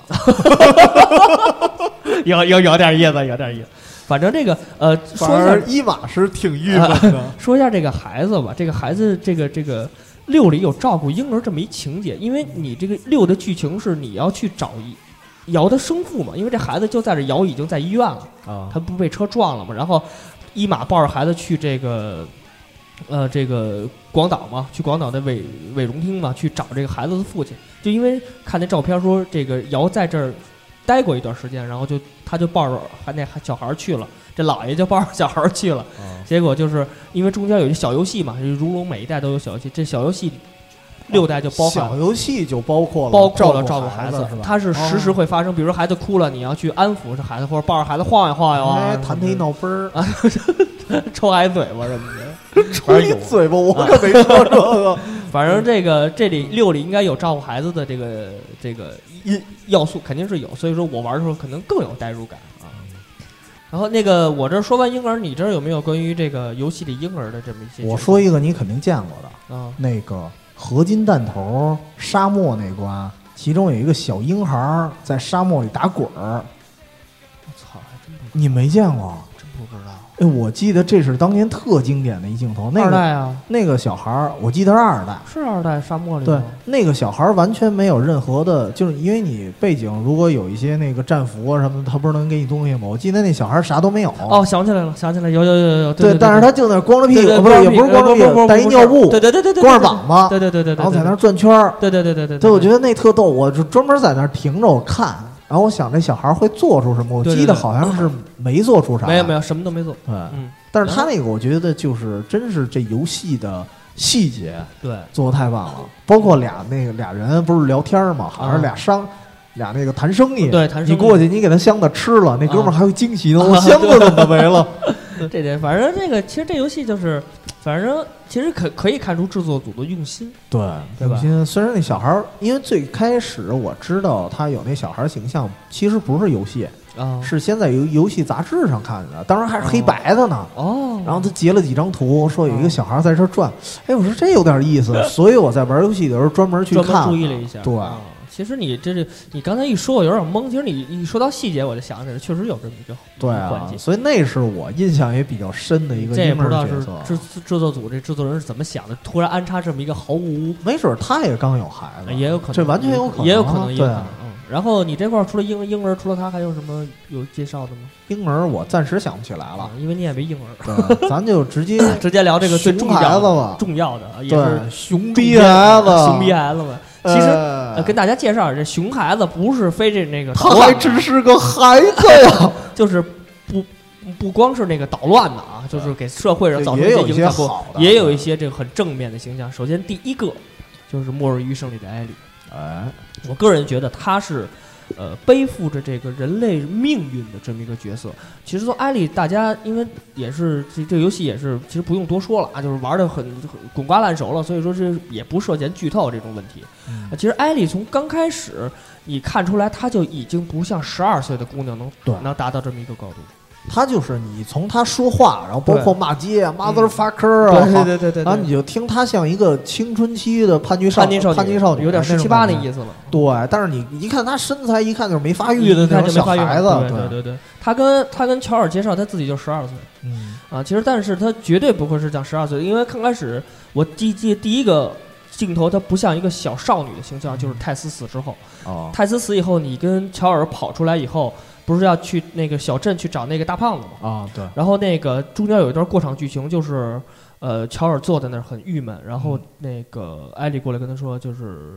有点意思，反正这个说一下伊玛是挺郁闷的。 说一下这个孩子吧，这个孩子这个6里有照顾婴儿这么一情节，因为你这个6的剧情是你要去找瑶的生父嘛，因为这孩子就在这，瑶已经在医院了啊，他不被车撞了嘛，然后伊玛抱着孩子去这个广岛嘛，去广岛的伪荣厅嘛，去找这个孩子的父亲，就因为看那照片说这个瑶在这儿待过一段时间，然后他就抱着那小孩去了，这老爷就抱着小孩去了，结果就是因为中间有一小游戏嘛，如龙每一代都有小游戏，这小游戏6代就包含小游戏就包括了照顾孩子， 是吧？ 它是实时会发生，比如说孩子哭了，你要去安抚这孩子，或者抱着孩子晃悠晃悠啊， 弹他一闹分儿啊，抽孩子嘴巴什么的。 反正有嘴巴，我可没说这个。 反正这里6里应该有照顾孩子的这个要素，肯定是有，所以说我玩的时候可能更有代入感啊。然后我这说完婴儿，你这有没有关于这个游戏里婴儿的这么一些？ 我说一个你肯定见过的啊， 那个合金弹头沙漠那关，其中有一个小婴孩在沙漠里打滚儿。 我操，还真不你没见过？ 真不知道。 哎，我记得这是当年特经典的一镜头。 二代啊， 那个小孩我记得是2代， 是2代沙漠里。 对，那个小孩完全没有任何的，就是因为你背景如果有一些那个战服啊什么的，他不是能给你东西吗？我记得那小孩啥都没有。 哦，想起来了，有。 对，但是他就那光着屁股，不是也不是光着屁股，带一尿布， 对， 光着膀子， 对， 然后在那转圈， 对。 对，我觉得那特逗，我就专门在那停着我看。然后我想这小孩会做出什么？我记得好像是没做出啥， 没有，什么都没做。 对，但是他那个我觉得就是真是这游戏的细节， 对， 做的太棒了。包括俩人不是聊天嘛，好像俩那个谈生意， 对，谈生意。 你过去你给他箱子吃了，那哥们儿还有惊喜呢，我箱子怎么没了？ 这反正其实这游戏就是。反正其实可以看出制作组的用心， 对吧？ 用心。虽然那小孩，因为最开始我知道他有那小孩形象，其实不是游戏是先在游戏杂志上看的，当然还是黑白的呢。然后他截了几张图，说有一个小孩在这转，哎，我说这有点意思，所以我在玩游戏的时候专门去看， 注意了一下。 对。 其实你刚才一说，我有点懵。其实你一说到细节，我就想起来，确实有这么一个环节。 所以那是我印象也比较深的一个。 这也不知道是制作组这制作人是怎么想的，突然安插这么一个毫无， 没准他也刚有孩子， 也有可能， 这完全有可能， 也有可能， 对。 然后你这块除了婴儿，除了他还有什么有介绍的吗？ 婴儿我暂时想不起来了， 因为你也没婴儿。 对，咱就直接聊这个最重要的也是熊逼孩子们。其实跟大家介绍，这熊孩子不是非那个， 他还只是个孩子呀， 就是不光是那个捣乱的啊，就是给社会上造成一些影响，也有一些这个很正面的形象。首先第一个就是《末日余生》里的艾莉，我个人觉得他是背负着这个人类命运的这么一个角色。其实从艾莉，大家因为也是这个游戏也是，其实不用多说了啊，就是玩的很滚瓜烂熟了，所以说这也不涉嫌剧透这种问题。其实艾莉从刚开始你看出来，她就已经不像12岁的姑娘能达到这么一个高度。 他就是你从他说话，然后包括骂街啊 ，motherfucker 啊， 对， 然后你就听他像一个青春期的叛逆少女， 有点17、18那意思了。 对，但是你一看他身材，一看就是没发育的那种小孩子。 对，他跟乔尔介绍他自己就12岁，其实但是他绝对不会是像12岁，因为刚开始我记第一个镜头，他不像一个小少女的形象，就是泰斯死之后，泰斯死以后，你跟乔尔跑出来以后。不是要去那个小镇去找那个大胖子吗？ 对。 然后那个中间有一段过场剧情，就是乔尔坐在那儿很郁闷，然后那个艾莉过来跟他说，就是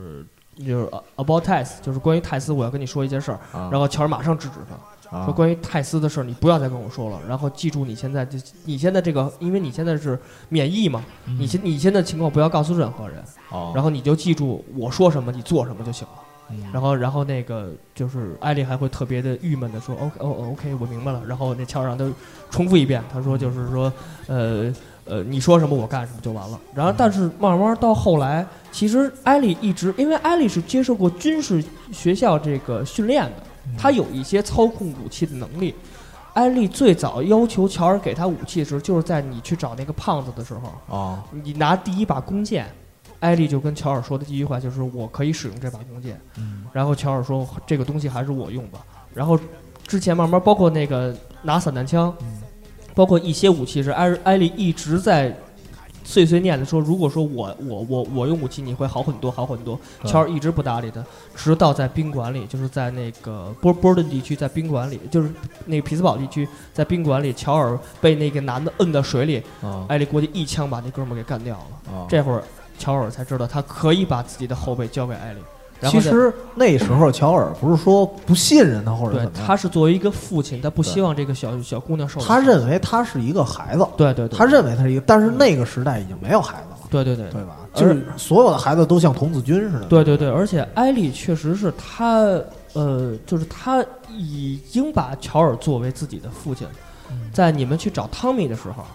about 泰斯，就是关于泰斯，我要跟你说一件事儿。然后乔尔马上制止他，说关于泰斯的事儿你不要再跟我说了，然后记住你现在这个，因为你现在是免疫嘛，你现在情况不要告诉任何人，然后你就记住我说什么你做什么就行了。然后那个就是艾莉还会特别的郁闷的说 OK 我明白了，然后那乔尔让他重复一遍，他说就是说你说什么我干什么就完了。然后但是慢慢到后来，其实艾莉因为艾莉是接受过军事学校这个训练的，她有一些操控武器的能力。艾莉最早要求乔尔给她武器的时候，就是在你去找那个胖子的时候你拿第一把弓箭，艾莉就跟乔尔说的第一句话就是我可以使用这把弓箭，然后乔尔说这个东西还是我用吧。然后之前慢慢包括那个拿散弹枪，包括一些武器是艾莉一直在碎念的说，如果说我用武器你会好很多。乔尔一直不搭理他，直到在宾馆里，就是在那个波顿地区，在宾馆里，就是那个匹兹堡地区，在宾馆里，乔尔被那个男的摁到水里，艾莉过去一枪把那哥们儿给干掉了。这会儿乔尔才知道他可以把自己的后背交给艾莉。 其实那时候乔尔不是说不信任他或者怎么样， 他是作为一个父亲，他不希望这个小姑娘受。 他认为他是一个孩子， 对， 他认为他是一个，但是那个时代已经没有孩子了， 对吧？就是所有的孩子都像童子军似的。 对，而且艾莉确实是他，就是他已经把乔尔作为自己的父亲，在你们去找汤米的时候。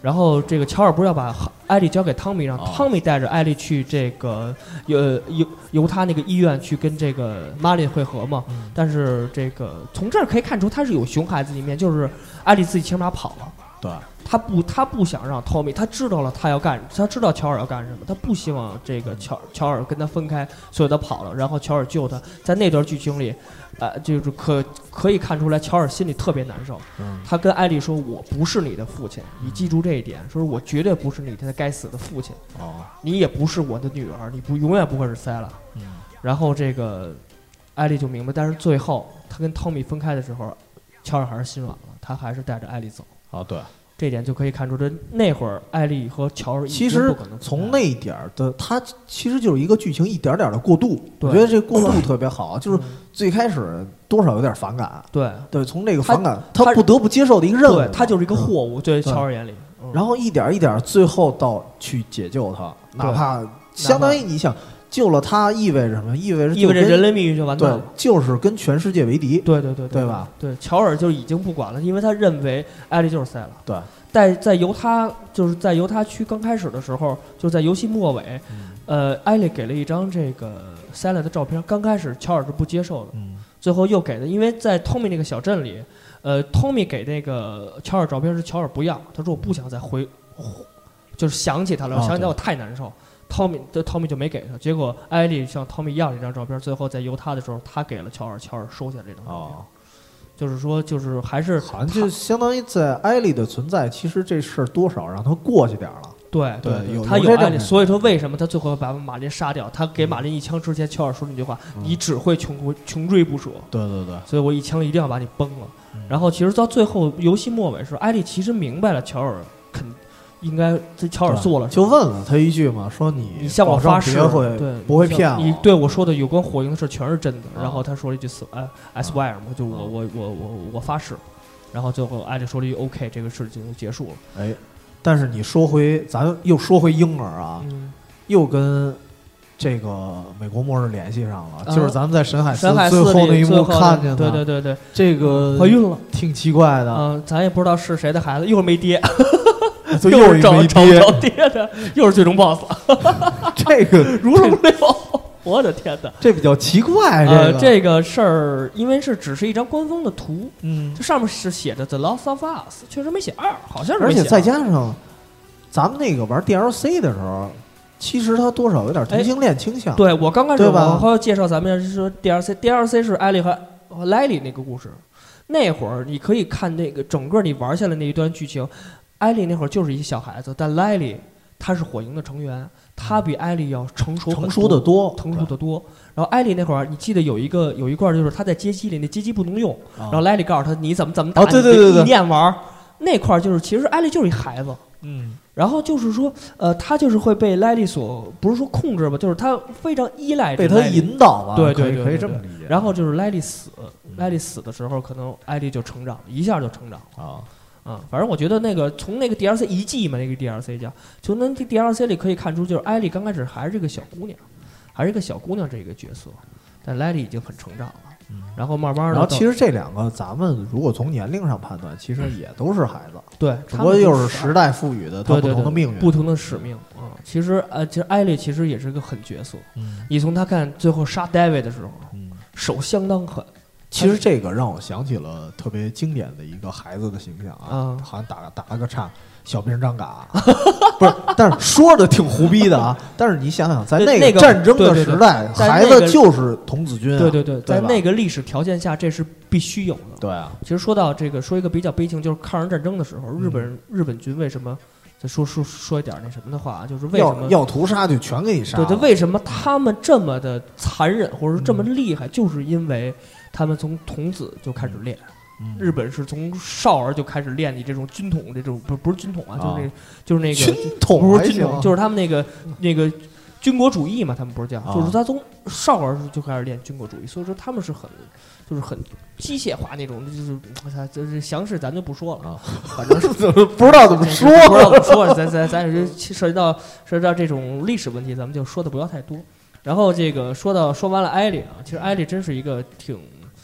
然后这个乔尔不是要把艾莉交给汤米，让汤米带着艾莉去这个犹他那个医院去跟这个玛丽会合嘛。但是这个从这儿可以看出他是有熊孩子一面，就是艾莉自己骑马跑了。 对， 他不想让汤米，他知道了他知道乔尔要干什么，他不希望这个乔尔跟他分开，所以他跑了，然后乔尔救他。在那段剧情里，就是可以看出来乔尔心里特别难受。他跟艾莉说：“我不是你的父亲，你记住这一点。说我绝对不是你那该死的父亲。你也不是我的女儿，你永远不会是塞拉。”然后这个艾莉就明白，但是最后他跟汤米分开的时候，乔尔还是心软了，他还是带着艾莉走。 对， 这点就可以看出，这那会儿艾莉和乔尔其实从那一点的，他其实就是一个剧情一点点的过渡。我觉得这过渡特别好，就是最开始多少有点反感。对，从这个反感，他不得不接受的一个任务。 对，他就是一个货物，对乔尔眼里。 然后一点一点，最后到去解救他，哪怕相当于你想。救了他意味着什么？意味着人类命运就完蛋了。 对，就是跟全世界为敌。 对吧？ 对，乔尔就已经不管了，因为他认为艾莉就是塞拉。 对， 在犹他区刚开始的时候，就在游戏末尾，艾莉给了一张这个塞拉的照片。刚开始乔尔是不接受的，最后又给的，因为在汤米那个小镇里，汤米给那个乔尔照片是乔尔不要，他说我不想再就是想起他了，我想起来我太难受。汤米就没给他，结果艾莉向汤米要了一张照片，最后在犹他的时候，他给了乔尔，乔尔收下这张照片。就是说，就是还是好像就相当于在艾莉的存在，其实这事儿多少让他过去点了。 对，他有艾莉，所以说为什么他最后把马林杀掉？他给马林一枪之前，乔尔说那句话：“你只会穷追不舍。” 对， 所以我一枪一定要把你崩了。然后其实到最后游戏末尾的时候，艾莉其实明白了乔尔应该乔尔做了， 就问了他一句嘛，说你向我发誓，对， 不会骗我， 你对我说的有关火影的事全是真的。然后他说了一句I swear 嘛，就我发誓。然后最后艾莉说了一句 OK， 这个事情就结束了。 但是咱又说回婴儿啊，又跟这个美国末日联系上了，就是咱们在神海四最后那一幕看见的， 对， 这个怀孕了， 挺奇怪的。 咱也不知道是谁的孩子，一会儿没爹。 又是找爹的，又是最终 BOSS， 这个如龙6，我的天哪， 这比较奇怪。 这个事儿，因为只是一张官方的图，这上面是写着 The Last of Us， 确实没写2，好像是没写。 而且再加上咱们那个玩 DLC 的时候，其实它多少有点同性恋倾向。 对，我刚开始我还要介绍咱们是说 DLC 是艾莉和莱莉那个故事，那会儿你可以看那个整个你玩下来那一段剧情。艾莉那会儿就是一小孩子，但莱莉她是火影的成员，她比艾莉要成熟的多。然后艾莉那会儿，你记得有一段就是她在街机里，那街机不能用，然后莱莉告诉她你怎么打， 对， 意念玩那块儿就是其实艾莉就是一孩子，然后就是说她就是会被莱莉所不是说控制吧，就是她非常依赖被她引导吧， 对， 可以这么理解。 然后就是莱莉死的时候，可能艾莉就成长，一下就成长了反正我觉得从那个 DLC 一季嘛，那个 DLC 叫，从那 DLC 里可以看出，就是艾莉刚开始还是一个小姑娘，这个角色，但莱莉已经很成长了。然后慢慢的， 然后其实这两个咱们如果从年龄上判断，其实也都是孩子， 对， 只不过又是时代赋予的他不同的命运、 不同的使命其实艾莉其实也是个狠角色。你从他看最后杀 David 的时候，手相当狠。 其实这个让我想起了特别经典的一个孩子的形象好像打了个岔，小兵张嘎，不是，但是说的挺胡逼的啊。但是你想想，在那个战争的时代，孩子就是童子军对，在那个历史条件下，这是必须有的。 对啊， 其实说到这个，说一个比较悲情，就是抗日战争的时候，日本军为什么？再说一点那什么的话，就是为什么要屠杀就全给你杀？ 对，为什么他们这么的残忍，或者说这么厉害，就是因为他们从童子就开始练。日本是从少儿就开始练你这种军统，这种不是军统就是那个军统， 不是军统，就是他们那个军国主义嘛，他们不是叫，就是他从少儿就开始练军国主义，所以说他们是很机械化那种，就是详细咱就不说了反正是不知道怎么说， 咱涉及到这种历史问题，咱们就说的不要太多。然后这个说完了艾莉其实艾莉真是一个挺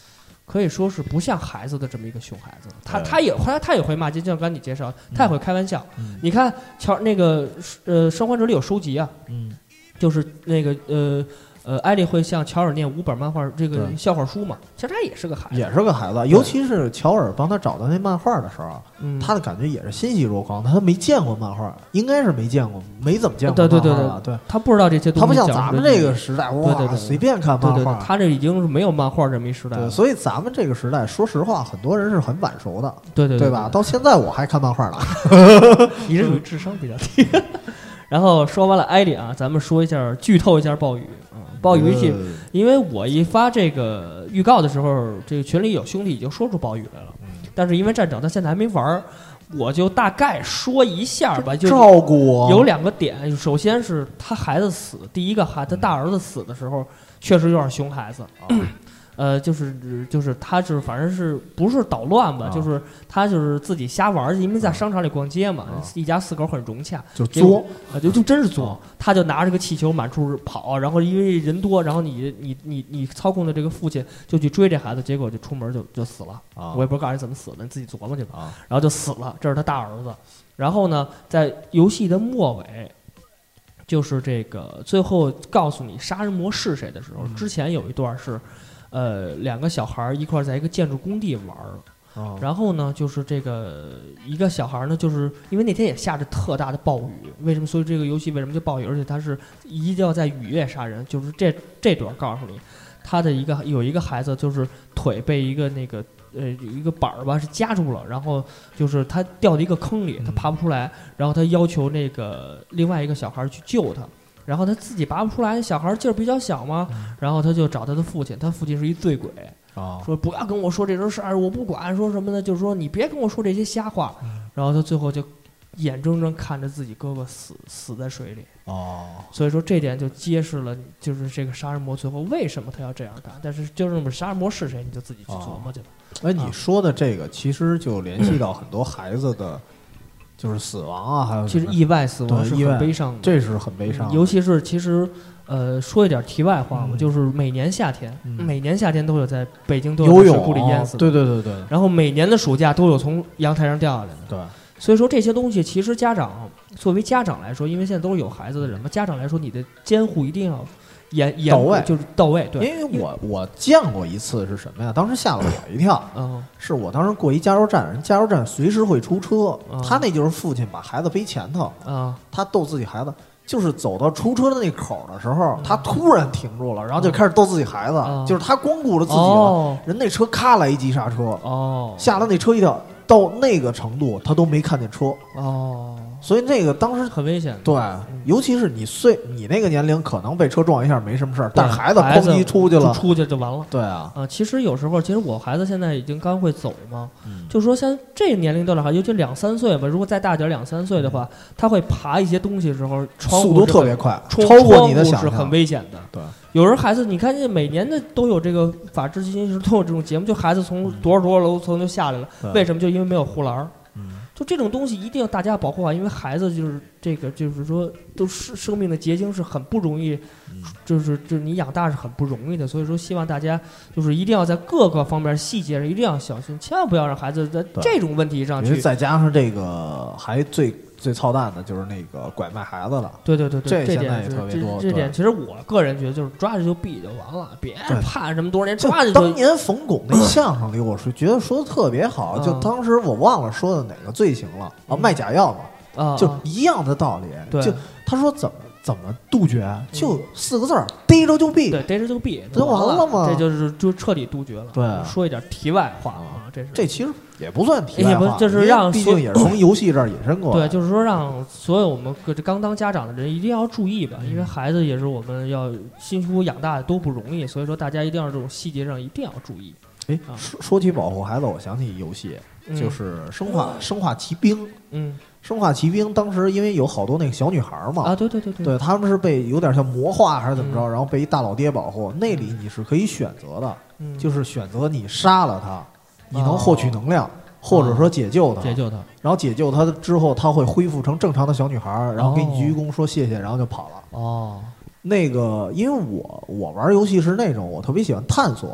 可以说是不像孩子的这么一个熊孩子，他也会骂街，就像刚才你介绍，他也会开玩笑。你看乔那个生还者里有收集啊，就是那个艾莉会向乔尔念5本漫画这个笑话书嘛，其实他也是个孩子， 也是个孩子。尤其是乔尔帮他找到那漫画的时候，他的感觉也是欣喜若狂。他没见过漫画，应该是没见过，没怎么见过漫画。对， 他不知道这些东西。 他不像咱们这个时代，哇，随便看漫画。 他这已经是没有漫画这么一时代了。 对，所以咱们这个时代，说实话，很多人是很晚熟的。 对吧？到现在我还看漫画呢。 你这属于智商比较低。然后说完了艾莉啊，咱们说一下剧透一下暴雨。暴雨戏，因为我一发这个预告的时候，这个群里有兄弟已经说出暴雨来了，但是因为站长他现在还没玩，我就大概说一下吧。就照顾我有2个点，首先是他孩子死，第一个他大儿子死的时候，确实有点熊孩子。就是他就是反正是不是捣乱吧，就是他就是自己瞎玩去，因为在商场里逛街嘛，一家4口很融洽， 就作就真是作，他就拿着个气球满处跑，然后因为人多，然后你操控的这个父亲就去追这孩子，结果就出门就死了，我也不知道告诉你怎么死的，你自己琢磨去吧。然后就死了，这是他大儿子。然后呢，在游戏的末尾，就是这个最后告诉你杀人魔是谁的时候，之前有一段是。2个小孩一块在一个建筑工地玩，然后呢，就是这个一个小孩呢，就是因为那天也下着特大的暴雨，为什么？所以这个游戏为什么就暴雨？而且他是一定要在雨夜杀人，就是这段告诉你，他的有一个孩子就是腿被一个那个有一个板儿吧是夹住了，然后就是他掉到一个坑里，他爬不出来，然后他要求那个另外一个小孩去救他。然后他自己拔不出来，小孩劲儿比较小嘛，然后他就找他的父亲，他父亲是一醉鬼，说不要跟我说这种事儿，我不管，说什么呢？就是说你别跟我说这些瞎话。然后他最后就眼睁睁看着自己哥哥死在水里。所以说这点就揭示了，就是这个杀人魔最后为什么他要这样干。但是就是那么杀人魔是谁，你就自己去琢磨去吧。 你说的这个其实就联系到很多孩子的。就是死亡啊，还有其实意外死亡是很悲伤的， 这是很悲伤的。 尤其是其实说一点题外话嘛，就是每年夏天都有在北京都有在水库里淹死的， 对。 然后每年的暑假都有从阳台上掉下来的， 对。 所以说这些东西，其实作为家长来说，因为现在都是有孩子的人嘛，家长来说你的监护一定要到位，就是到位。对， 因为我见过一次是什么呀？当时吓了我一跳。是我当时过一加油站，人加油站随时会出车，他那就是父亲把孩子背前头，他逗自己孩子，就是走到出车的那口的时候，他突然停住了，然后就开始逗自己孩子，就是他光顾着自己了，人那车咔来一急刹车，吓了那车一跳，到那个程度他都没看见车。所以那个当时很危险， 对，尤其是你那个年龄可能被车撞一下没什么事儿，但是孩子哐叽出去了， 出去就完了。 对啊， 其实有时候，我孩子现在已经刚会走嘛，就是说像这个年龄段的孩子，尤其2-3岁吧，如果再大点2-3岁的话，他会爬一些东西的时候， 速度特别快，超过你的想象， 是很危险的。 对， 有人孩子，你看每年的都有这个法制进行时都有这种节目，就孩子从多少楼层就下来了，为什么？就因为没有护栏。就这种东西一定要大家保护好，因为孩子就是这个，就是说都是生命的结晶，是很不容易，就是你养大是很不容易的。所以说，希望大家就是一定要在各个方面细节上一定要小心，千万不要让孩子在这种问题上去。 再加上这个还最操蛋的就是那个拐卖孩子了。 对， 这现在也特别多。 这点其实我个人觉得就是抓着就毙就完了，别判这么多年，抓着就。 当年冯巩那相声里，我是觉得说的特别好，就当时我忘了说的哪个罪行了卖假药嘛，就一样的道理。就他说怎么杜绝？就4个字儿，逮着就毙。 对，逮着就毙， 不就完了吗？ 就彻底杜绝了。 对， 说一点题外话这其实也不算题外话， 就是让毕竟也是从游戏这儿引申过来。 对，就是说让所有我们刚当家长的人一定要注意吧，因为孩子也是我们要辛苦养大的都不容易，所以说大家一定要这种细节上一定要注意。 说起保护孩子，我想起游戏，就是生化奇兵。生化奇兵当时因为有好多那个小女孩嘛，对，他们是被有点像魔化还是怎么着，然后被一大老爹保护。那里你是可以选择的，就是选择你杀了他，你能获取能量，或者说解救他，然后解救他之后，他会恢复成正常的小女孩，然后给你鞠躬说谢谢，然后就跑了。那个因为我玩游戏是那种我特别喜欢探索。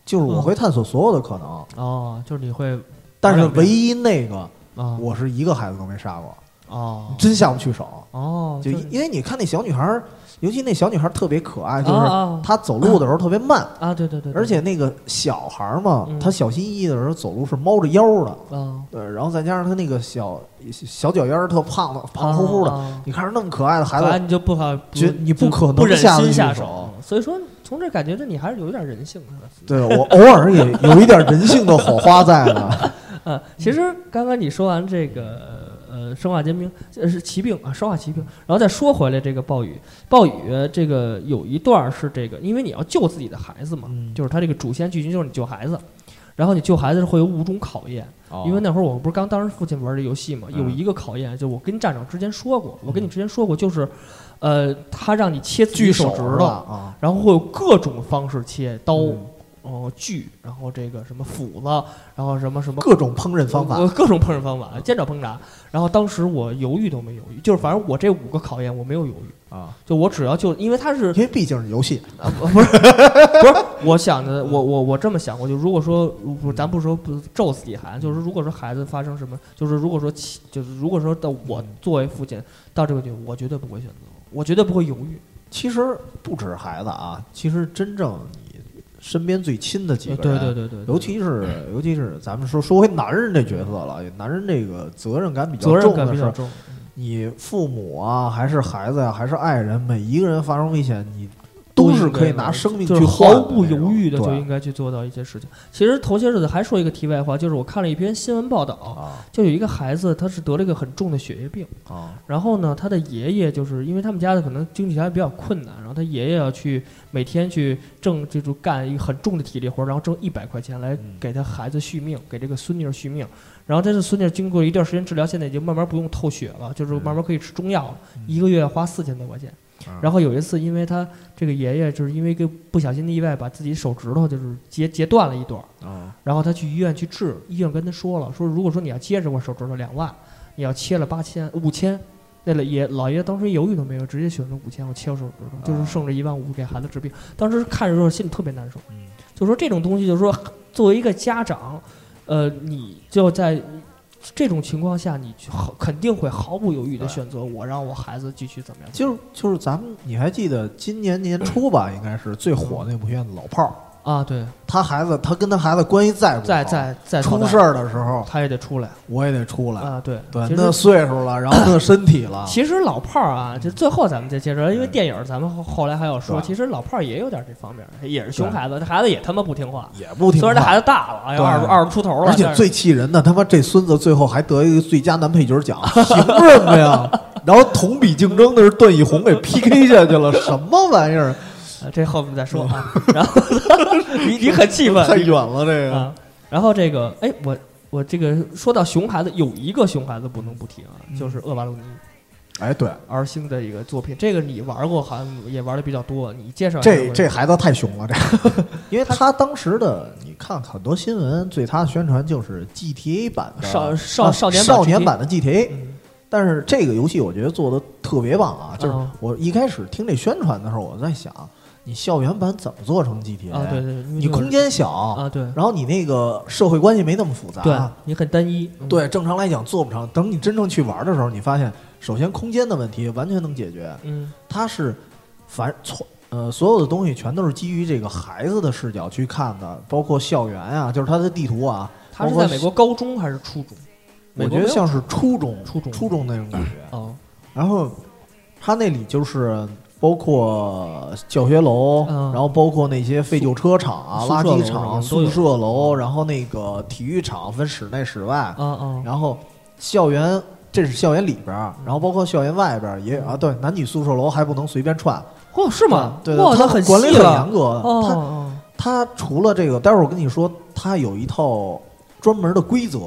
就是我会探索所有的可能。 哦，就是你会， 但是唯一那个，我是一个孩子都没杀过。 哦， 真下不去手。 哦， 就因为你看那小女孩。尤其那小女孩特别可爱，就是她走路的时候特别慢啊，对对对， 而且那个小孩嘛，她小心翼翼的时候走路是猫着腰的，对，然后再加上她那个小脚丫特胖的，胖乎乎的，你看着那么可爱的孩子， 你就不好， 你不可能不忍心下手， 所以说从这感觉着你还是有一点人性的。 对，我偶尔也有一点人性的火花在的。 其实刚刚你说完这个。生化尖兵是骑兵啊，生化骑兵。然后再说回来，这个暴雨这个有一段是这个，因为你要救自己的孩子嘛，就是他这个主线剧情就是你救孩子，然后你救孩子会有5种考验。因为那会儿我不是刚当时父亲玩这游戏嘛，有一个考验，就我跟站长之前说过，就是，他让你切自己手指头，然后会有各种方式切刀。锯，然后这个什么斧子，然后什么各种烹饪方法， 煎炒烹炸。然后当时我犹豫都没犹豫，就是反正我这5个考验我没有犹豫啊，就我只要因为它是因为毕竟是游戏啊，不是，我想的，我这么想过，就如果说咱不说不咒自己孩子，就是如果说孩子发生什么，就是如果说到我作为父亲到这个地步，我绝对不会选择，我绝对不会犹豫。 其实不止孩子啊，其实真正身边最亲的几个人， 对， 尤其是咱们说回男人这角色了，男人这个责任感比较重的是，你父母啊，还是孩子呀，还是爱人，每一个人发生危险，你都是可以拿生命去换的， 毫不犹豫的就应该去做到一些事情。其实头些日子还说一个题外话，就是我看了一篇新闻报道，就有一个孩子他是得了一个很重的血液病，然后呢，他的爷爷就是因为他们家的可能经济条件比较困难，然后他爷爷要去每天去就干一个很重的体力活，然后挣100块钱来给他孩子续命，给这个孙女续命。然后这孙女经过一段时间治疗，现在已经慢慢不用透血了，就是慢慢可以吃中药了，1个月要花4000多块钱。然后有一次，因为他这个爷爷就是因为一个不小心的意外，把自己手指头就是截断了一段，然后他去医院去治，医院跟他说了，说如果说你要接这块手指头2万，你要切了5000，那老爷当时犹豫都没有，直接选择5000，我切我手指头，就是剩着15000给孩子治病。当时看着时候心里特别难受，就说这种东西，就是说作为一个家长，你就在这种情况下，你肯定会毫不犹豫的选择我让我孩子继续怎么样。 就是咱们，你还记得今年年初吧，应该是最火那部片子《老炮儿》 啊？对， 他跟他孩子关系再不好， 再出事儿的时候， 他也得出来， 我也得出来啊！对， 那岁数了，然后那身体了。 其实老炮儿啊，就最后咱们再接着，因为电影咱们后来还要说，其实老炮儿也有点这方面，也是熊孩子，这孩子也他妈不听话，虽然这孩子大了，哎，20出头了， 而且最气人的，他妈这孙子最后还得一个最佳男配角奖，凭什么呀？然后同比竞争的是段奕宏给 PK 下去了，什么玩意儿？ 这后面再说啊。然后你很气愤， 太远了这个。 然后这个，哎，我这个说到熊孩子，有一个熊孩子不能不提啊，就是厄瓦隆尼。 哎，对 ，R星的一个作品，这个你玩过，好像也玩的比较多。你介绍这孩子太凶了，这个，因为他当时的你看很多新闻，对他的宣传就是 GTA 版的少年版的 GTA。但是这个游戏我觉得做的特别棒啊！就是我一开始听这宣传的时候，我在想，你校园版怎么做成 GTA 啊？对， 你空间小啊，对， 然后你那个社会关系没那么复杂， 对，你很单一。 对，正常来讲做不成。等你真正去玩的时候，你发现，首先空间的问题完全能解决。它是所有的东西全都是基于这个孩子的视角去看的，包括校园啊，就是它的地图啊。 它是在美国高中还是初中？ 我觉得像是初中那种感觉。然后它那里就是包括教学楼，然后包括那些废旧车厂啊、垃圾场、宿舍楼，然后那个体育场分室内室外。然后校园，这是校园里边，然后包括校园外边也啊，对，男女宿舍楼还不能随便串。 哦，是吗？ 对， 它很管理很严格的。它除了这个，待会儿我跟你说，它有一套专门的规则。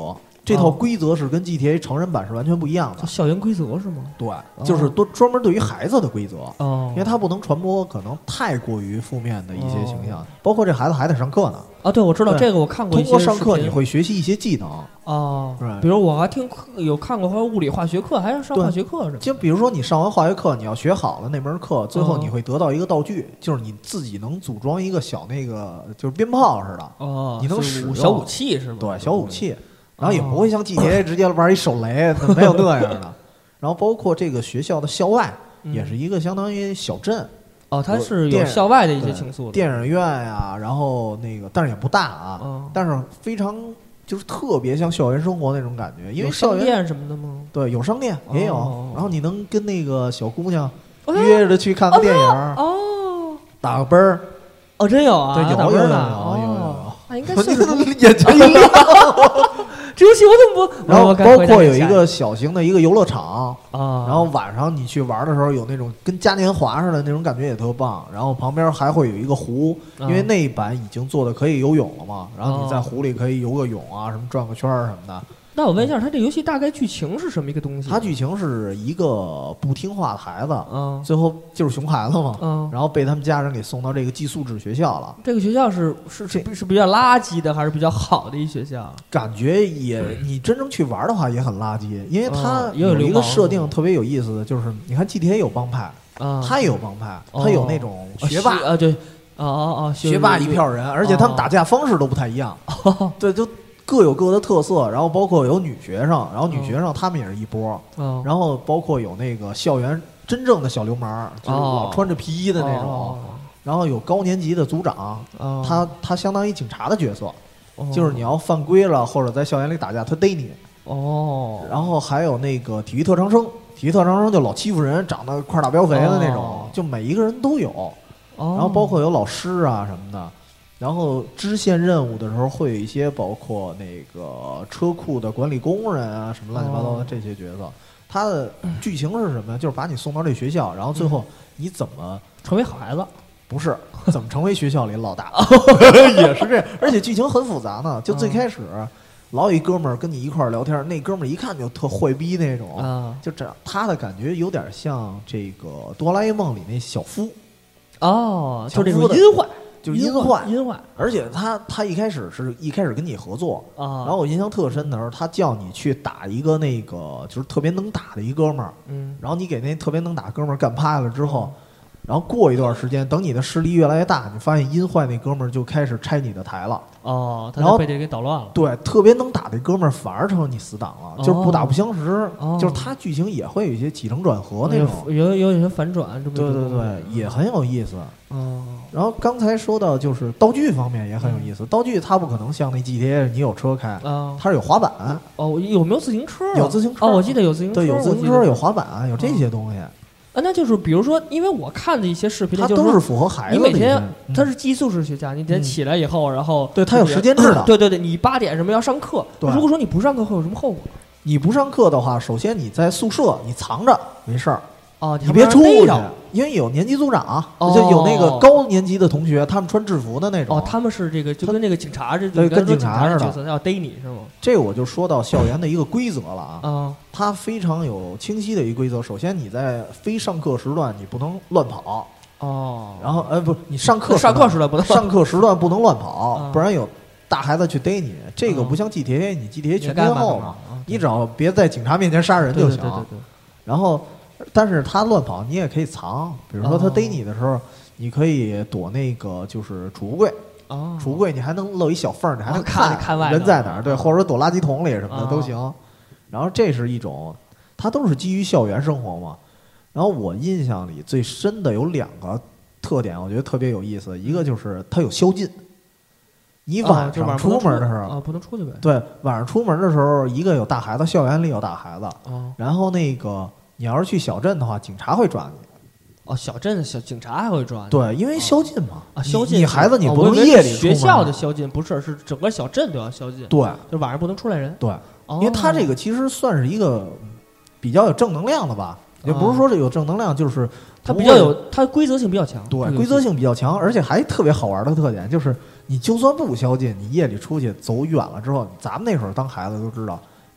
这套规则是跟 GTA 成人版是完全不一样的。 校园规则是吗？ 对，就是专门对于孩子的规则。因为它不能传播可能太过于负面的一些形象，包括这孩子还得上课呢。 对，我知道这个，我看过一些。 通过上课你会学习一些技能。 比如我还有看过物理化学课，还要上化学课什么。 就比如说你上完化学课，你要学好了那门课，最后你会得到一个道具，就是你自己能组装一个小就是鞭炮似的。你能使用小武器是吗？ 对，小武器。然后也不会像 GTA 直接玩一手雷，没有那样的。然后包括这个学校的校外也是一个相当于小镇。 它是有校外的一些情愫的， 电影院呀，然后但是也不大啊，但是非常就是特别像校园生活那种感觉。因为校园有商店什么的吗？ 对，有商店也有。然后你能跟那个小姑娘约着去看个电影，打个奔儿。 真有啊！ 对，有。 那应该是眼前一亮。 这游戏我怎么不？ 然后包括有一个小型的一个游乐场然后晚上你去玩的时候有那种跟嘉年华似的那种感觉也特棒。然后旁边还会有一个湖，因为那一版已经做的可以游泳了嘛，然后你在湖里可以游个泳啊，什么转个圈什么的。 那我问一下，它这游戏大概剧情是什么一个东西？ 它剧情是一个不听话的孩子，最后就是熊孩子嘛，然后被他们家人给送到这个寄宿制学校了。 这个学校是比较垃圾的，还是比较好的一学校？ 感觉你真正去玩的话也很垃圾，因为它有一个设定特别有意思的，就是你看 GTA 有帮派，它也有帮派，它有那种学霸对， 学霸一票人，而且他们打架方式都不太一样，对，就各有各的特色。然后包括有女学生，然后女学生他们也是一波，然后包括有那个校园真正的小流氓，就是老穿着皮衣的那种，然后有高年级的组长，他相当于警察的角色，就是你要犯规了或者在校园里打架，他逮你。然后还有那个体育特长生就老欺负人，长得块大膘肥的那种，就每一个人都有。然后包括有老师啊什么的。然后支线任务的时候会有一些包括那个车库的管理工人啊什么乱七八糟的这些角色。它的剧情是什么呀？就是把你送到这学校，然后最后你怎么成为好孩子？ 不是，怎么成为学校里老大？也是这样，而且剧情很复杂呢。就最开始老有一哥们儿跟你一块儿聊天，那哥们儿一看就特坏逼那种，就这样，他的感觉有点像这个哆啦 A 梦里那小夫。 就这种阴坏。 就是阴坏，而且他一开始跟你合作然后我印象特深的时候，他叫你去打一个那个就是特别能打的一哥们儿，然后你给那特别能打哥们儿干趴了之后，然后过一段时间，等你的势力越来越大，你发现阴坏那哥们儿就开始拆你的台了。 他就被这给捣乱了。 对，特别能打的哥们儿反而成了你死党了，就是不打不相识。就是他剧情也会有一些起承转合那种， 有一些反转。 对，也很有意思。然后刚才说到就是道具方面也很有意思，道具它不可能像那 GTA 你有车开，它是有滑板。 有没有自行车？ 有自行车。 我记得有自行车。 对，有自行车，有滑板，有这些东西。 那就是比如说，因为我看的一些视频， 它都是符合孩子的。 你每天它是寄宿式学校，你得起来以后，然后对它有时间制的。 对，你8点什么要上课。如果说你不上课会有什么后果？ 你不上课的话，首先你在宿舍你藏着没事儿。 你别出去，因为有年级组长，就有那个高年级的同学，他们穿制服的那种。 他们是这个就跟那个警察跟警察似的， 他要逮你是吗？ 这我就说到校园的一个规则了啊。它非常有清晰的一个规则。首先你在非上课时段你不能乱跑。然后不，你上课时段不能上课时段不能乱跑，不然有大孩子去逮你。这个不像 GTA， 你 GTA 全天候嘛，你只要别在警察面前杀人就行。 对。 然后。但是他乱跑，你也可以藏。比如说他逮你的时候，你可以躲那个就是储物柜。储物柜你还能露一小缝，你还能看人在哪儿，对，或者躲垃圾桶里什么的都行。然后这是一种，它都是基于校园生活嘛。然后我印象里最深的有2个特点，我觉得特别有意思。一个就是它有宵禁，你晚上出门的时候不能出去呗。 对，晚上出门的时候，一个有大孩子，校园里有大孩子。然后那个。你要是去小镇的话，警察会抓你。 小镇小警察还会抓你。 对，因为宵禁嘛。 宵禁。 你孩子你不能夜里出门。 学校的宵禁不是整个小镇都要宵禁。 对， 就晚上不能出来人。 对，因为他这个其实算是一个比较有正能量的吧，也不是说这有正能量，就是它比较有它规则性比较强。 对，规则性比较强，而且还特别好玩的特点就是，你就算不宵禁，你夜里出去走远了之后，咱们那会儿当孩子都知道。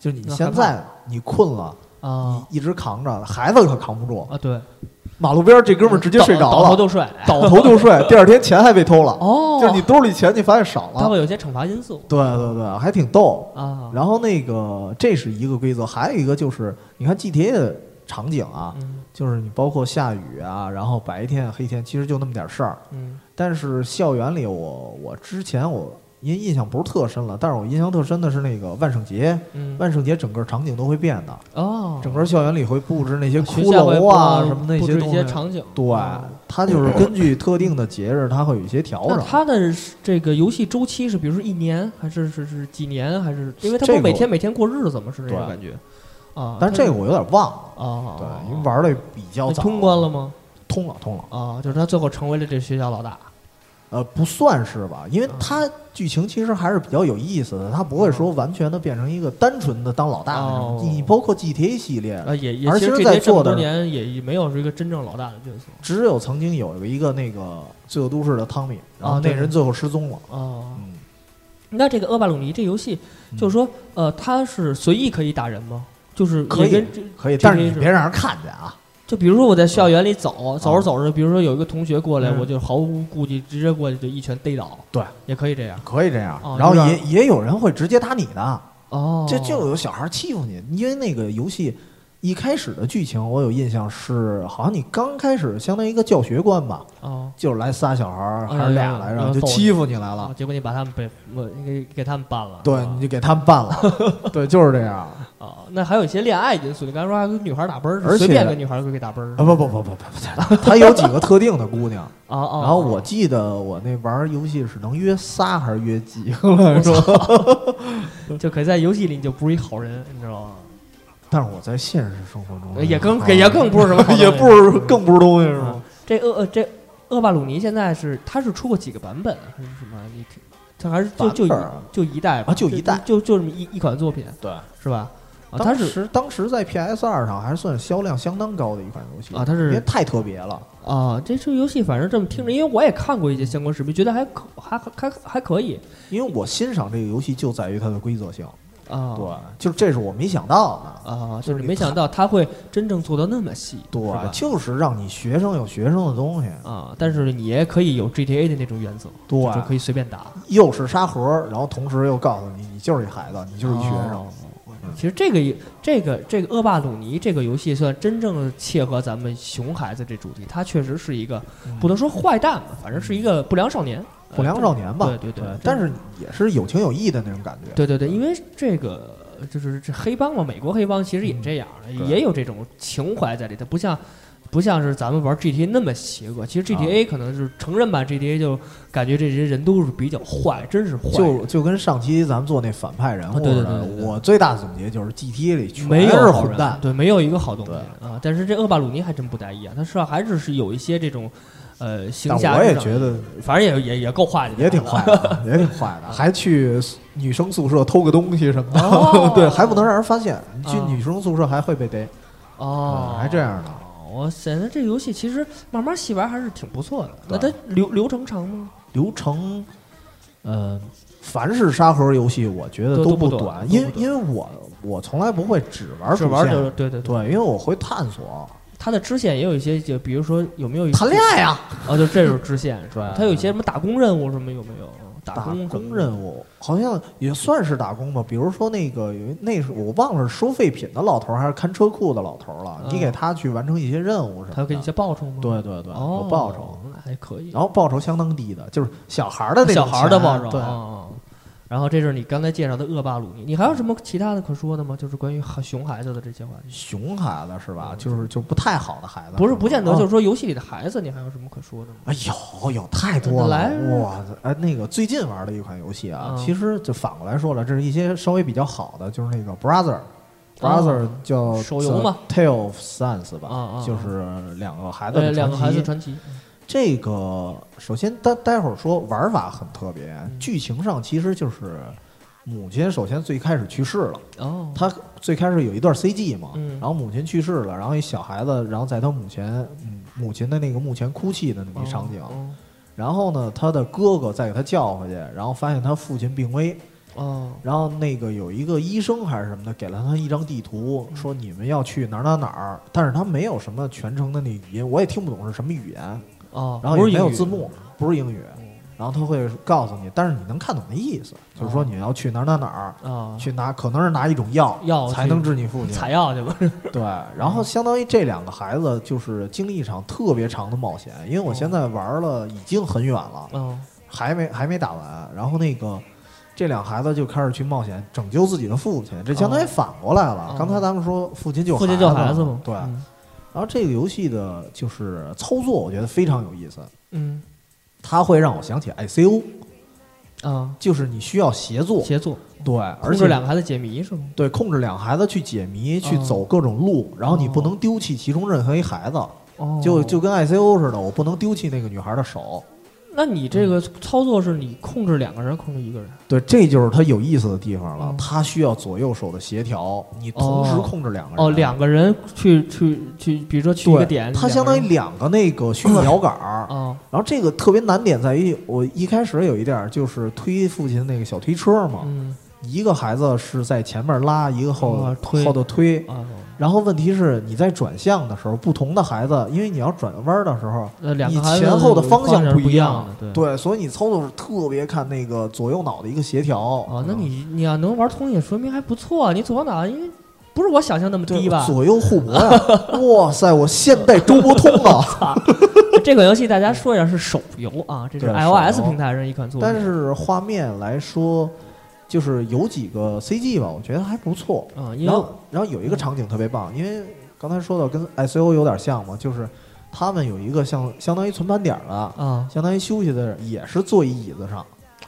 就你现在你困了你一直扛着，孩子可扛不住啊。对， 马路边这哥们儿直接睡着了， 倒头就睡， 倒头就睡。第二天钱还被偷了，就是你兜里钱你发现少了， 它会有些惩罚因素。 对对对，还挺逗啊。 然后那个这是一个规则，还有一个就是你看 GTA 的场景啊，就是你包括下雨啊，然后白天黑天，其实就那么点事儿。但是校园里我之前印象不是特深了，但是我印象特深的是那个万圣节，万圣节整个场景都会变的哦， 整个校园里会布置那些骷髅啊什么那些东西， 场景。 对，它就是根据特定的节日，它会有一些调整。 它的这个游戏周期是，比如说1年，还是几年，还是因为它不每天过日子吗？是那种感觉啊。 但这个我有点忘了啊，对，因为玩的比较早。 通关了吗？ 通了啊，就是他最后成为了这学校老大。 不算是吧，因为它剧情其实还是比较有意思的，它不会说完全的变成一个单纯的当老大那种。你包括 GTA 系列也而其实在做的多年也没有是一个真正老大的角色， 只有曾经有一个那个罪恶都市的汤米，然后那人最后失踪了。 那这个恶霸鲁尼这游戏就是说它是随意可以打人吗？就是可以，但是你别让人看见啊。 就比如说我在校园里走着，比如说有一个同学过来，我就毫无顾忌直接过去就一拳逮倒。 对， 也可以这样， 可以这样。然后也有人会直接打你的。就有小孩欺负你，因为那个游戏一开始的剧情我有印象是，好像你刚开始相当于一个教学官吧，就是来仨小孩还是俩来着，就欺负你来了， 结果你把他们给他们办了， 对，你就给他们办了，对，就是这样。 那还有一些恋爱因素，你刚才说还跟女孩打啵，随便跟女孩给打啵不，他有几个特定的姑娘然后我记得我那玩游戏是能约仨还是约几个来着？ 就可在游戏里你就不是一好人，你知道吗？ 但是我在现实生活中也更不是什么好， 也更不是东西是吗？ 这恶霸鲁尼现在它是出过几个版本还是什么？它还是就一代吧？ 就一代， 就这么一款作品， 对， 是吧？ 当时在 PS2 上还算销量相当高的一款游戏啊，它是因为太特别了啊。这游戏反正这么听着，因为我也看过一些相关视频，觉得还可以。 因为我欣赏这个游戏就在于它的规则性啊， 对，就是这是我没想到的啊，就是没想到它会真正做到那么细， 对，就是让你学生有学生的东西啊，但是你也可以有 GTA 的那种原则， 对， 就可以随便打， 又是沙盒，然后同时又告诉你，你就是一孩子，你就是一学生。 其实这个恶霸鲁尼这个游戏算真正切合咱们熊孩子这主题，它确实是一个不能说坏蛋吧，反正是一个不良少年，吧，对， 但是也是有情有义的那种感觉。 对，因为这个就是这黑帮嘛，美国黑帮其实也这样，也有这种情怀在里头，不像是咱们玩 GTA 那么邪恶。其实 GTA 可能是成人版 GTA 就感觉这些人都是比较坏，真是坏。 就跟上期咱们做那反派人物似的，我最大的总结就是 GTA 里全是混蛋， 对，没有一个好东西啊。但是这恶霸鲁尼还真不大一样，他还是有一些这种行侠。 我也觉得， 反正也够坏的， 也挺坏的，也挺坏的，还去女生宿舍偷个东西什么的，对，还不能让人发现，去女生宿舍还会被逮，还这样的。 我显得这个游戏其实慢慢细玩还是挺不错的。那它流程长吗？ 流程，凡是沙盒游戏，我觉得都不短，因为我从来不会只玩主线， 对， 因为我会探索。 它的支线也有一些，就比如说有没有谈恋爱啊？ 就这就是支线，是吧？它有一些什么打工任务什么有没有？ 打工任务好像也算是打工吧，比如说那是我忘了是收废品的老头还是看车库的老头了，你给他去完成一些任务什么的， 他有给你一些报酬吗？ 对，有报酬， 还可以。 然后报酬相当低的，就是小孩的那种小孩的报酬， 对。 然后这是你刚才介绍的恶霸鲁尼，你还有什么其他的可说的吗？就是关于熊孩子的这些话题。 熊孩子是吧？就不太好的孩子。 不见得，就是说游戏里的孩子，你还有什么可说的吗？ 有太多了。哇，那个最近玩的一款游戏啊，其实就反过来说了，这是一些稍微比较好的，就是那个 Brother 叫手游嘛 ，Tale of Sons 吧，就是两个孩子传奇。 这个首先待会儿说玩法很特别，剧情上其实就是母亲首先最开始去世了，他最开始有一段 CG 嘛，然后母亲去世了，然后一小孩子，然后在他母亲的那个墓前哭泣的那么一场景，然后呢他的哥哥再给他叫回去，然后发现他父亲病危， 然后那个有一个医生还是什么的，给了他一张地图，说你们要去哪儿哪儿哪儿，但是他没有什么全程的那语音，我也听不懂是什么语言然后也没有字幕，不是英语。然后他会告诉你，但是你能看懂的意思，就是说你要去哪儿哪儿哪儿去拿，可能是拿一种药才能治你父亲， 采药去吧。 对，然后相当于这2个孩子就是经历一场特别长的冒险，因为我现在玩了已经很远了，还没打完，然后那个这2孩子就开始去冒险拯救自己的父亲，这相当于反过来了。刚才咱们说父亲救孩子嘛，对。然后这个游戏的就是操作，我觉得非常有意思。它会让我想起 ICO， 就是你需要协作，对，而且 2个孩子解谜是吗？ 对，控制2孩子去解谜，去走各种路，然后你不能丢弃其中任何一孩子，就跟 ICO 似的，我不能丢弃那个女孩的手。 那你这个操作是你控制2个人，控制1个人？ 对，这就是它有意思的地方了。它需要左右手的协调，你同时控制2个人。 2个人去，比如说去一个点， 它相当于2个那个虚拟摇杆然后这个特别难点在于，我一开始有一点就是推父亲那个小推车嘛，一个孩子是在前面拉，一个后头推。然后问题是你在转向的时候，不同的孩子，因为你要转弯的时候，你前后的方向不一样，对，所以你操作是特别看那个左右脑的一个协调那你要能玩通也说明还不错，你左右脑因为不是我想象那么低吧？ 左右互搏呀！哇塞，我现代周伯通啊！ 这款游戏大家说一下是手游啊，这是 iOS 平台上一款作品， 但是画面来说。就是有几个 CG 吧，我觉得还不错然后有一个场景特别棒，因为刚才说到跟 ICO 有点像嘛，就是他们有一个相当于存盘点的相当于休息的，也是坐一椅子上。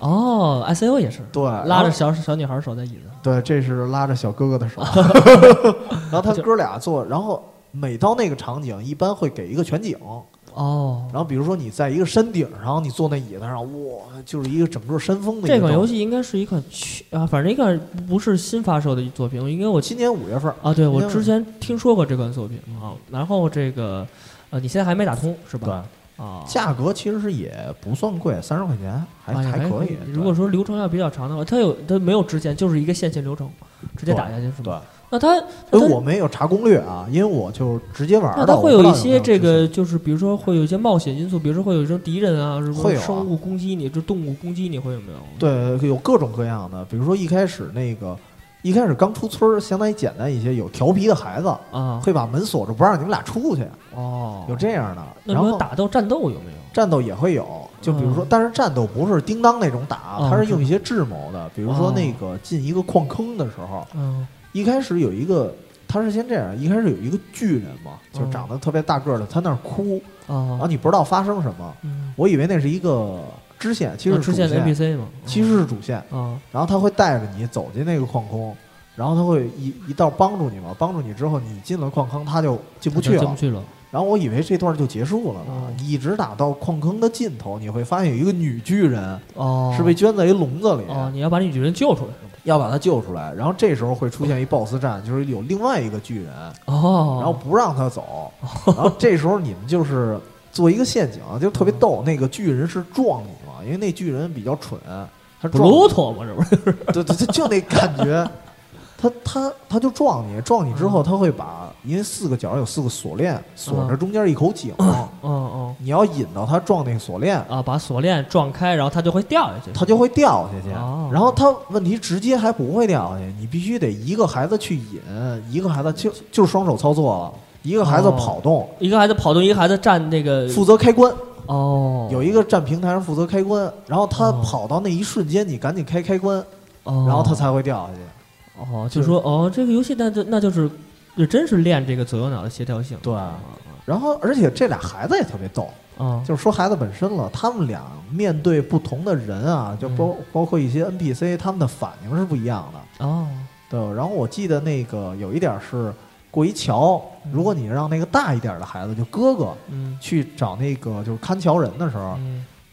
ICO 也是对， 拉着小女孩手在椅子上。 对，这是拉着小哥哥的手。然后他哥俩坐，然后每到那个场景，一般会给一个全景。然后比如说你在一个山顶上，你坐那椅子上，哇，就是一个整个山峰的。 这款游戏应该是一款反正一款不是新发售的作品，因为我今年5月份对，我之前听说过这款作品然后这个你现在还没打通是吧？ 对价格其实是也不算贵，30块钱还可以。 如果说流程要比较长的话，它没有支线，就是一个线性流程，直接打下去是吧？ 那我没有查攻略因为我就直接玩。 那它会有一些这个，就是比如说会有一些冒险因素，比如说会有一些敌人什么生物攻击你，这动物攻击你会有没有？ 对，有各种各样的，比如说一开始刚出村，相当于简单一些，有调皮的孩子会把门锁着不让你们俩出去。有这样的。 然后战斗有没有？ 战斗也会有，就比如说，但是战斗不是叮当那种打，它是用一些智谋的，比如说那个进一个矿坑的时候。一开始有一个，他是先这样，一开始有一个巨人嘛，就长得特别大个的，他那儿哭，然后你不知道发生什么，我以为那是一个支线，其实是主线 NPC 嘛， 其实是主线，然后他会带着你走进那个矿空，然后他会一道帮助你嘛，帮助你之后你进了矿坑，他就进不去了，然后我以为这段就结束了呢，一直打到矿坑的尽头，你会发现有一个女巨人，是被圈在一笼子里， 你要把女巨人救出来。 要把它救出来，然后这时候会出现一 BOSS 战，就是有另外一个巨人然后不让他走，然后这时候你们就是做一个陷阱，就特别逗。那个巨人是撞你嘛，因为那巨人比较蠢，他撞不骆驼嘛，这不是？ 对，就那感觉，他就撞你之后，他会把因为4个角有4个锁链锁着中间一口井，你要引到他撞那个锁链把锁链撞开，然后他就会掉下去， 然后他问题直接还不会掉下去，你必须得一个孩子去引，一个孩子就是双手操作了，一个孩子跑动， 一个孩子站那个负责开关。有一个站平台上负责开关，然后他跑到那一瞬间，你赶紧开关，然后他才会掉下去。 就说这个游戏那就是真是练这个左右脑的协调性。 对，然后而且这俩孩子也特别逗就是说孩子本身了，他们俩面对不同的人就包括一些 NPC， 他们的反应是不一样的。对，然后我记得那个有一点是过一桥，如果你让那个大一点的孩子就哥哥去找那个就是看桥人的时候，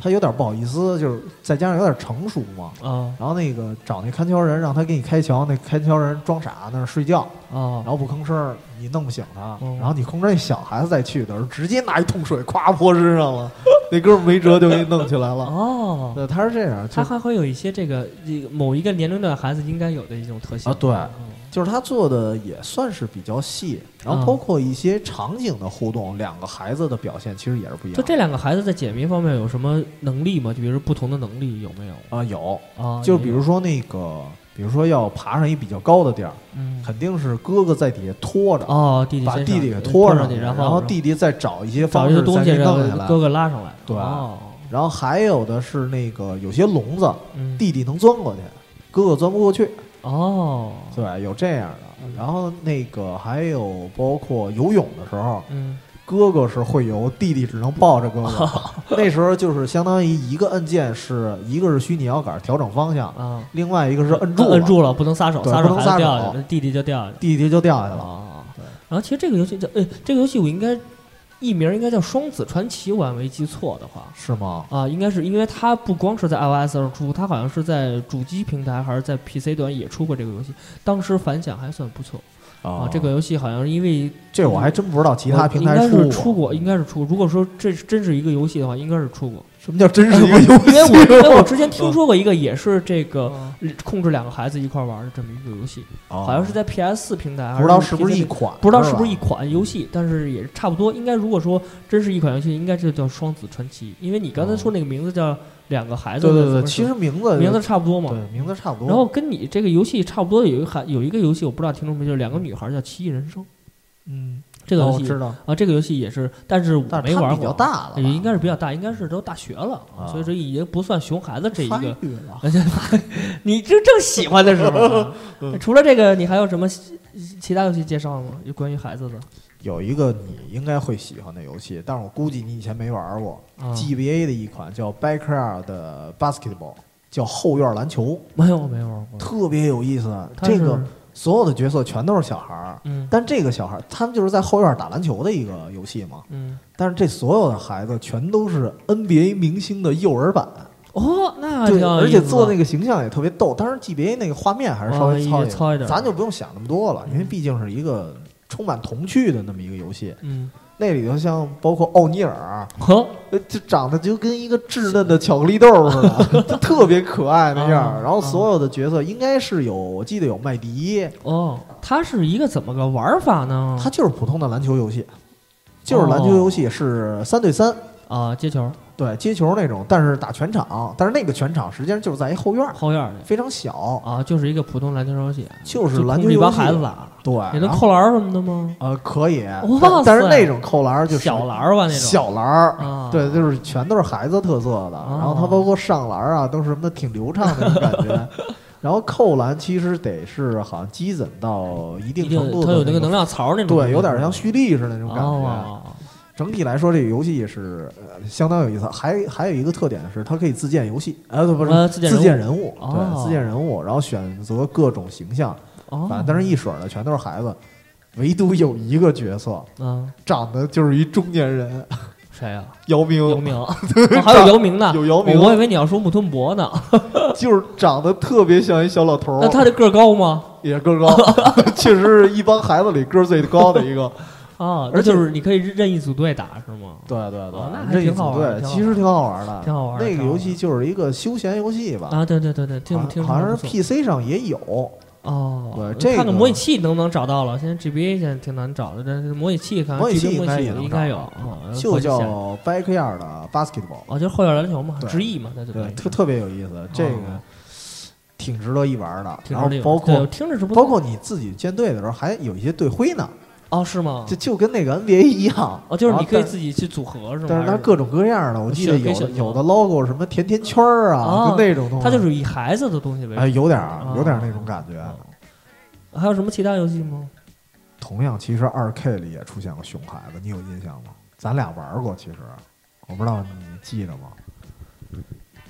他有点不好意思，就是再加上有点成熟嘛，然后那个找那看桥人让他给你开桥，那看桥人装傻那儿睡觉，然后不吭声，你弄不醒他，然后你控制那小孩子再去的时候，直接拿一桶水咵泼身上了，那哥们没辙就给你弄起来了。对，他是这样， 他还会有一些这个某一个年龄段孩子应该有的一种特性对。就是他做的也算是比较细，然后包括一些场景的互动，两个孩子的表现其实也是不一样的。 就这两个孩子在解谜方面有什么能力吗？就比如说不同的能力有没有？ 有就比如说那个，比如说要爬上一比较高的地儿，肯定是哥哥在底下拖着， 弟弟把弟弟给拖上去， 然后弟弟再找一些方式东西弄下来， 哥哥拉上来。 对，然后还有的是那个有些笼子，弟弟能钻过去，哥哥钻不过去。对，有这样的。然后那个还有包括游泳的时候，哥哥是会游，弟弟只能抱着哥哥。那时候就是相当于一个按键是一个是虚拟摇杆调整方向，另外一个是摁住了不能撒手，撒手掉下来，弟弟就掉下来了。 然后其实这个游戏这个游戏我应该译名应该叫《双子传奇》，我没记错的话， 是吗？ 应该是因为它不光是在 iOS 上出，它好像是在主机平台还是在 PC 端也出过这个游戏，当时反响还算不错。这个游戏好像是因为这我还真不知道其他平台出过，应该是出。如果说这真是一个游戏的话，应该是出过。 什么叫真是一个游戏？ 因为我之前听说过一个，也是这个控制两个孩子一块玩的这么一个游戏，好像是在 PS4 平台， 不知道是不是一款， 不知道是不是一款游戏，但是也差不多。应该如果说真是一款游戏，应该就叫《双子传奇》，因为你刚才说那个名字叫两个孩子， 对，其实名字差不多嘛， 对，名字差不多。 然后跟你这个游戏差不多，有一个游戏，我不知道听众们就是两个女孩叫《奇异人生》。这个游戏知道这个游戏也是，但是我没玩过， 比较大了， 应该是比较大，应该是都大学了，所以说已经不算熊孩子这一个。你这正喜欢的时候。除了这个，你还有什么其他游戏介绍吗？有关于孩子的？ 有一个你应该会喜欢的游戏，但是我估计你以前没玩过，GBA 的一款叫 Backyard Basketball， 叫后院篮球。 没有玩过， 特别有意思。这个所有的角色全都是小孩儿，但这个小孩他们就是在后院打篮球的一个游戏嘛，但是这所有的孩子全都是 NBA 明星的幼儿版。 那对，而且做那个形象也特别逗。当然 GBA 那个画面还是稍微糙一点， 咱就不用想那么多了，因为毕竟是一个充满童趣的那么一个游戏。那里头像包括奥尼尔，就长得就跟一个稚嫩的巧克力豆似的，就特别可爱那样。然后所有的角色应该是我记得有麦迪。 它是一个怎么个玩法呢？ 它就是普通的篮球游戏，就是篮球游戏是3对3 接球。 对，接球那种，但是打全场，但是那个全场实际上就是在一后院里， 非常小就是一个普通篮球游戏， 就是篮球游戏， 一帮孩子打， 对， 也能扣篮什么的吗？ 可以，但是那种扣篮就是小篮吧，那种小篮对，就是全都是孩子特色的，然后它包括上篮都是什么挺流畅的那种感觉。然后扣篮其实得是好像积攒到一定程度的， 它有那个能量槽那种， 对，有点像蓄力似的那种感觉。整体来说，这个游戏也是相当有意思。还有一个特点是，它可以自建游戏，不是自建人物，对，自建人物，然后选择各种形象，反正一水的全都是孩子，唯独有一个角色，长得就是一中年人。 谁呀？ 姚明， 还有姚明呢， 有姚明， 我以为你要说木村博呢， 就是长得特别像一小老头。 那他这个高吗？ 也个高，确实是一帮孩子里个最高的一个。 而就是你可以任意组队打是吗？ 对， 那还挺好玩， 其实挺好玩的， 挺好玩。 那个游戏就是一个休闲游戏吧？ 对，听好像是 PC 上也有。对，这个看看模拟器能不能找到了。现在 GBA 现在挺难找的，但是模拟器看模拟器应该有， 就叫 Backyard Basketball， 就是后院篮球嘛，直译嘛， 对，特别有意思，这个挺值得一玩的。然后包括你自己建队的时候，还有一些队徽呢。 是吗？ 就跟那个 NBA 一样， 就是你可以自己去组合，是吗？ 但是它各种各样的，我记得有的 logo 什么甜甜圈就那种东西。 它就是以孩子的东西为主， 有点那种感觉。 还有什么其他游戏吗？ 同样，其实2K 里也出现过熊孩子，你有印象吗？咱俩玩过，其实我不知道你记得吗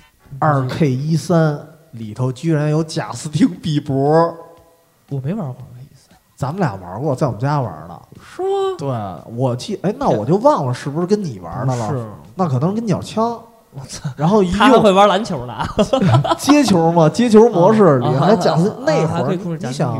？2K13里头居然有贾斯汀比伯， 我没玩过。 咱们俩玩过，在我们家玩的， 是吗？ 对，我记，那我就忘了是不是跟你玩的了。 是， 那可能跟鸟枪。 我操！ 然后他还会玩篮球的， 接球嘛，接球模式里还贾斯那会儿，你想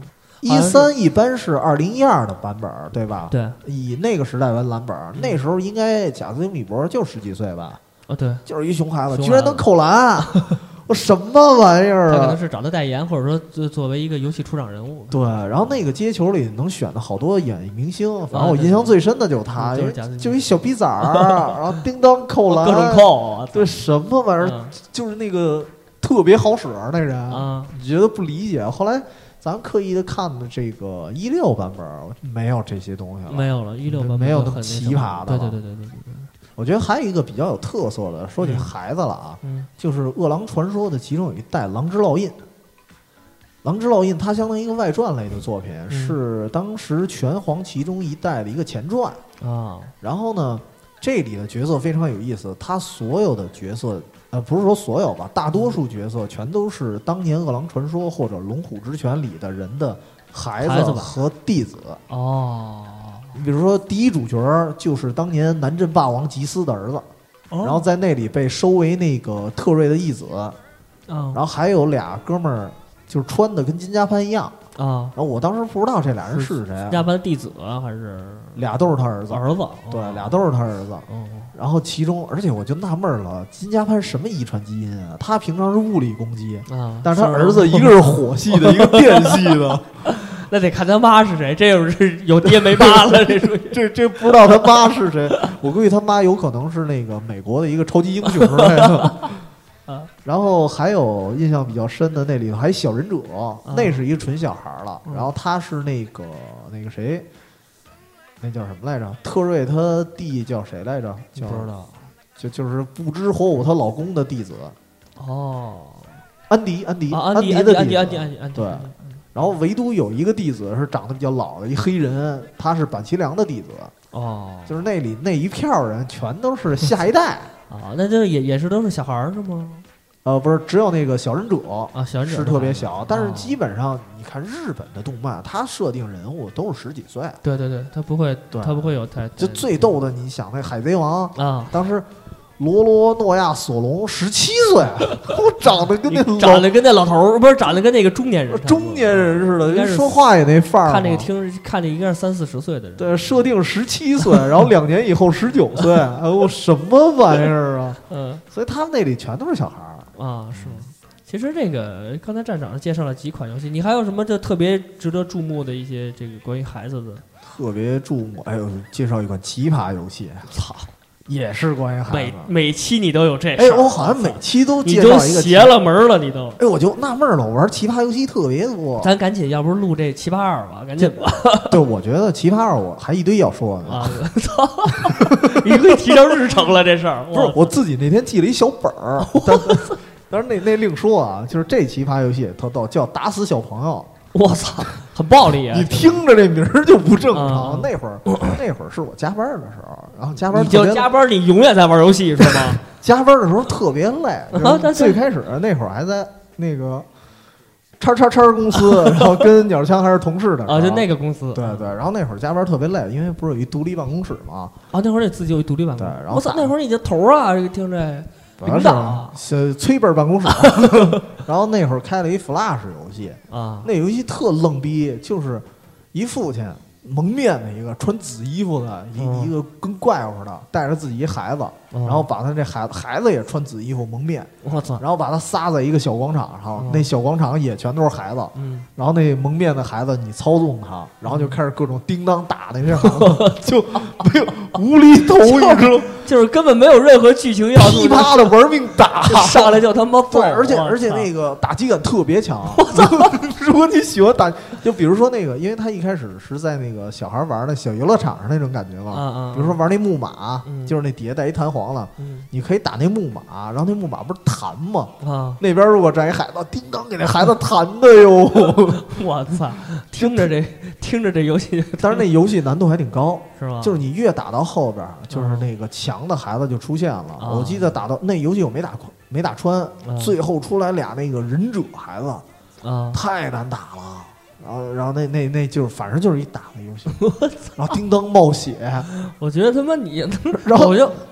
13一般是2012的版本，对吧？ 对， 以那个时代为蓝本，那时候应该贾斯汀比伯就10几岁吧？ 对， 就是一熊孩子，居然能扣篮。我什么玩意儿啊？ 他可能是找他代言，或者说作为一个游戏出场人物。 对，然后那个街球里能选的好多演艺明星，反正我印象最深的就是他，就一小逼崽儿，然后叮当扣篮， 各种扣， 对，什么玩意儿，就是那个特别好使那人，你觉得不理解。后来咱刻意的看的这个16版本，没有这些东西了， 没有了，16版本没有那么奇葩的。 对。 我觉得还有一个比较有特色的，说起孩子了啊，就是《饿狼传说》的其中有一代《狼之烙印》。《狼之烙印》它相当于一个外传类的作品，是当时拳皇其中一代的一个前传啊。 然后呢，这里的角色非常有意思，它所有的角色，不是说所有吧，大多数角色全都是当年《饿狼传说》或者《龙虎之拳》里的人的孩子和弟子哦。 你比如说，第一主角就是当年南镇霸王吉斯的儿子，然后在那里被收为那个特瑞的义子，然后还有俩哥们儿，就是穿的跟金家潘一样啊。 然后我当时不知道这俩人是谁，金家潘的弟子还是俩都是他儿子？对，俩都是他儿子。然后其中，而且我就纳闷了，金家潘什么遗传基因啊？他平常是物理攻击啊， 但是他儿子一个是火系的，一个电系的。 那得看他妈是谁，这就是有爹没妈了，这属于这不知道他妈是谁。我估计他妈有可能是那个美国的一个超级英雄之类的。然后还有印象比较深的，那里头还有小忍者，那是一个纯小孩了。然后他是那个谁，那叫什么来着？特瑞他弟叫谁来着？ 不知道， 就是不知火舞她老公的弟子。 哦， 安迪的弟子。对。然后唯独有一个弟子是长得比较老的一黑人，他是板崎良的弟子。就是那里那一票人全都是下一代啊，那就也是都是小孩是吗？ 不是，只有那个小忍者啊，小忍者是特别小，但是基本上你看日本的动漫，它设定人物都是10几岁。 对，他不会有太就最逗的，你想那海贼王啊， 当时。罗罗诺亚索隆17岁，我长得跟那老头儿，不是长得跟那个中年人似的，人说话也那范儿。 看着应该是30、40岁的人。 对，设定17岁，然后2年以后19岁，哎呦，什么玩意儿啊？所以他们那里全都是小孩儿啊，是吗？其实这个刚才站长介绍了几款游戏，你还有什么就特别值得注目的一些这个关于孩子的？ 特别注目，哎呦，介绍一款奇葩游戏， 操！ 也是关于孩子， 每期你都有这事。 哎，我好像每期都介绍一个， 你都邪了门了，你都。 哎，我就纳闷了，我玩奇葩游戏特别多。 咱赶紧，要不是录这奇葩2吧，赶紧吧。 对，我觉得奇葩2我还一堆要说呢。 啊，操！你可以提上日程了，这事儿。 不是，我自己那天记了一小本儿，但是那另说啊，就是这奇葩游戏特逗，叫打死小朋友。 我操，很暴力啊！ 你听着这名儿就不正常。那会儿是我加班的时候，然后加班你永远在玩游戏是吗？ 加班的时候特别累。最开始那会儿还在那个叉公司，然后跟鸟枪还是同事的啊，就那个公司。 对，然后那会儿加班特别累，因为不是有一独立办公室吗？ 啊，那会儿你自己有一独立办公室。 对，然后我操，那会儿你这头啊，听着。 领导催辈办公室，然后那会儿开了一 Flash 游戏啊， 那游戏特愣逼，就是一父亲蒙面的一个穿紫衣服的一个跟怪物似的，带着自己一孩子，然后把他这孩子也穿紫衣服蒙面， 我操， 然后把他撒在一个小广场上，那小广场也全都是孩子，然后那蒙面的孩子你操纵他，然后就开始各种叮当打那些孩子，就没有无厘头，你知道。 就是根本没有任何剧情要素， 噼啪的玩命打， 上来就他妈揍， 而且那个打击感特别强。如果你喜欢打，就比如说那个，因为他一开始是在那个小孩玩的小游乐场上那种感觉嘛，比如说玩那木马，就是那底下带一弹簧的，你可以打那木马，然后那木马不是弹吗？那边如果站一孩子，叮当给那孩子弹的哟。 我操，听着这游戏， 但是那游戏难度还挺高， 是吧？ 就是你越打到后边，就是那个强的孩子就出现了。我记得打到那游戏我没打穿，最后出来俩那个忍者孩子，太难打了。然后那就是反正就是一打的游戏，然后叮当冒血。 我觉得他妈你， 然后我就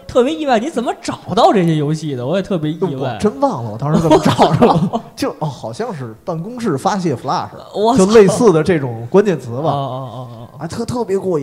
特别意外，你怎么找到这些游戏的？我也特别意外， 我真忘了我当时怎么找着了，就好像是办公室发泄 Flash， 就类似的这种关键词吧。特别过瘾。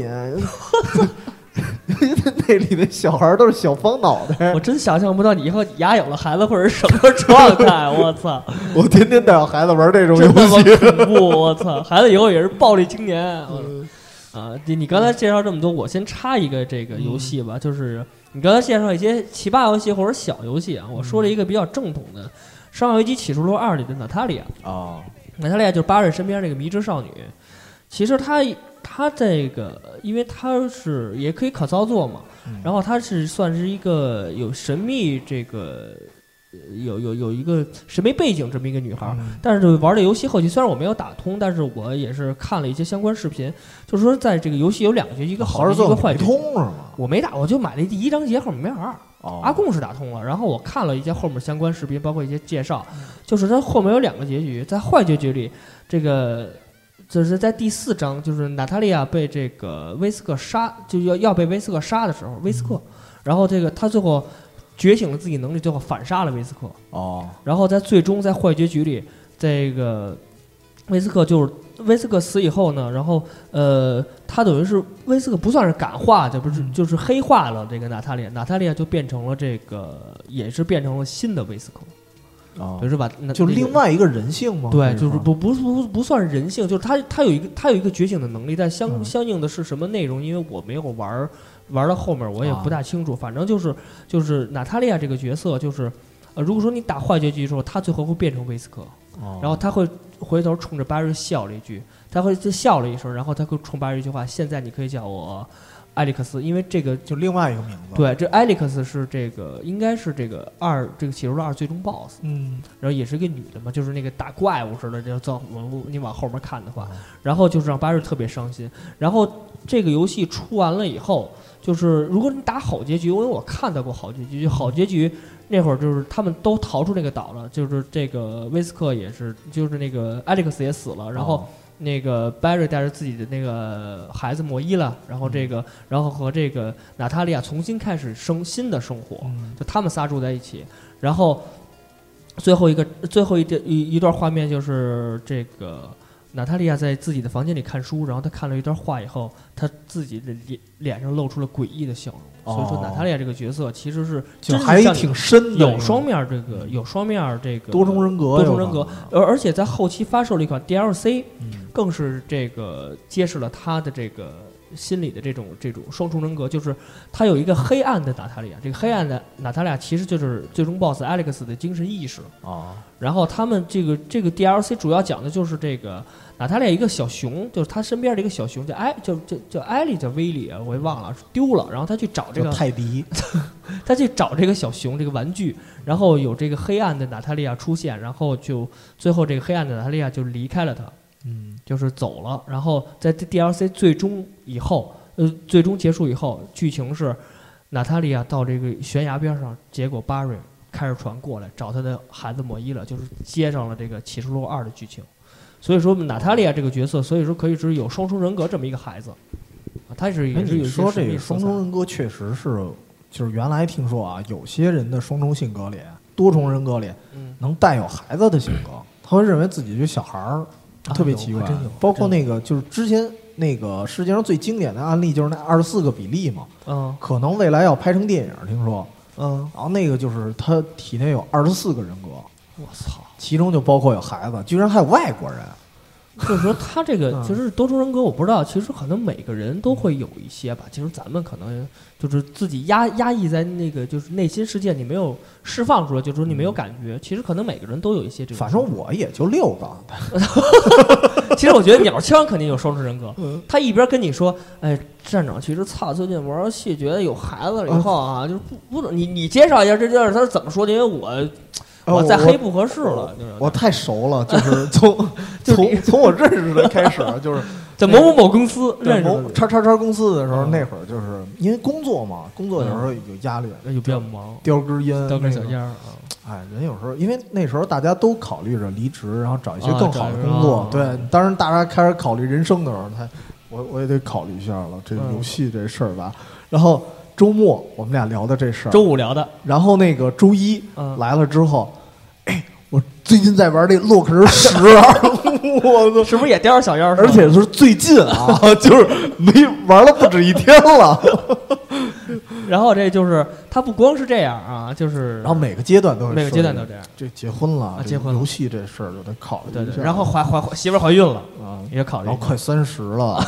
那里的小孩都是小方脑袋， 我真想象不到你以后家有了孩子会是什么状态。我操！ 我天天带我孩子玩这种游戏，恐怖！我操！孩子以后也是暴力青年。你刚才介绍这么多，我先插一个这个游戏吧，就是你刚才介绍一些奇葩游戏或者小游戏啊，我说了一个比较正统的《生化危机启示录2》里的娜塔莉亚啊，娜塔莉亚就是巴瑞身边这个迷之少女。其实她这个，因为她是也可以可操作嘛，然后她是算是一个有神秘这个有一个神秘背景这么一个女孩，但是玩这游戏后期虽然我没有打通，但是我也是看了一些相关视频，就是说在这个游戏有2个结局，一个好结局一个坏结局。 通是吗？ 我没打，我就买了第1章节后面没玩。阿贡是打通了，然后我看了一些后面相关视频，包括一些介绍，就是它后面有2个结局，在坏结局里，这个。就是在第4章，就是娜塔莉亚被这个威斯克杀，就要被威斯克杀的时候，威斯克，然后这个他最后觉醒了自己能力，最后反杀了威斯克。然后在最终在坏结局里，这个威斯克死以后呢，然后他等于是威斯克不算是感化，就是黑化了这个娜塔莉亚，娜塔莉亚就变成了这个，也是变成了新的威斯克。就是把就另外一个人性吗？ 对，就是不算是人性，就是他有一个觉醒的能力，但相应的是什么内容？因为我没有玩到后面，我也不大清楚。反正就是娜塔莉亚这个角色，就是如果说你打坏结局的时候，他最后会变成威斯克，然后他会回头冲着巴瑞笑了一句，他会就笑了一声，然后他会冲巴瑞一句话：现在你可以叫我艾利克斯，因为这个就另外一个名字。 对，这艾利克斯是这个应该是这个这个启示录2最终 BOSS， 然后也是一个女的嘛，就是那个打怪物似的，就你往后面看的话，然后就是让巴瑞特别伤心。然后这个游戏出完了以后，就是如果你打好结局，因为我看到过好结局，好结局那会儿就是他们都逃出那个岛了，就是这个威斯克也是，就是那个艾利克斯也死了，然后。那个 Barry 带着自己的那个孩子莫伊了，然后和这个娜塔莉亚重新开始新的生活，就他们仨住在一起。然后最后一段画面就是这个娜塔莉亚在自己的房间里看书，然后她看了一段话以后，她自己的脸上露出了诡异的笑容。所以说娜塔莉亚这个角色其实是就还挺深的， 有双面这个多重人格， 而且在后期发售了一款 DLC，更是这个揭示了他的这个心理的这种双重人格，就是他有一个黑暗的娜塔莉亚，这个黑暗的娜塔莉亚其实就是最终 BOSS Alex 的精神意识然后他们这个 DLC 主要讲的就是这个娜塔莉亚一个小熊，就是他身边的一个小熊叫艾莉，叫威利啊，我也忘了丢了，然后他去找这个泰迪， 他去找这个小熊这个玩具，然后有这个黑暗的娜塔莉亚出现，然后就最后这个黑暗的娜塔莉亚就离开了他。就是走了，然后在 DLC 最终结束以后，剧情是娜塔莉亚到这个悬崖边上，结果巴瑞开着船过来找他的孩子莫伊了，就是接上了这个启示录2的剧情。所以说娜塔莉亚这个角色，所以说可以是有双重人格这么一个孩子，他也是有你说这个双重人格确实是，就是原来听说啊，有些人的双重性格里、多重人格里，能带有孩子的性格，他会认为自己是小孩儿。特别奇怪，包括那个就是之前那个世界上最经典的案例就是那24个比利嘛，可能未来要拍成电影，听说，然后那个就是他体内有24个人格， 我操， 其中就包括有孩子，居然还有外国人。 就是说他这个其实多重人格，我不知道，其实可能每个人都会有一些吧。其实咱们可能就是自己压抑在那个就是内心世界，你没有释放出来，就是说你没有感觉。其实可能每个人都有一些这种。 反正我也就6个。 其实我觉得鸟枪肯定有双重人格。他一边跟你说，哎，站长，其实最近玩游戏觉得有孩子了以后啊，就是不你介绍一下这件事他是怎么说的？因为我再黑不合适了， 我太熟了，就是从我认识的开始，就是在某公司认识叉公司的时候，那会儿就是因为工作嘛，工作有时候有压力， 又比较忙， 叼根烟， 叼根小烟哎，人有时候因为那时候大家都考虑着离职，然后找一些更好的工作。对，当然大家开始考虑人生的时候，我也得考虑一下了，这游戏这事儿吧。然后周末我们俩聊的这事儿， 周五聊的， 然后那个周一来了之后，我最近在玩这洛克人10，我操， 是不是也叼着小烟？ 而且是最近啊，就是没玩了不止一天了。 然后这就是他不光是这样啊，就是然后每个阶段都这样。 这结婚了， 结婚游戏这事儿就得考虑一下。 对，然后媳妇怀孕了啊， 也考虑。 然后快30了，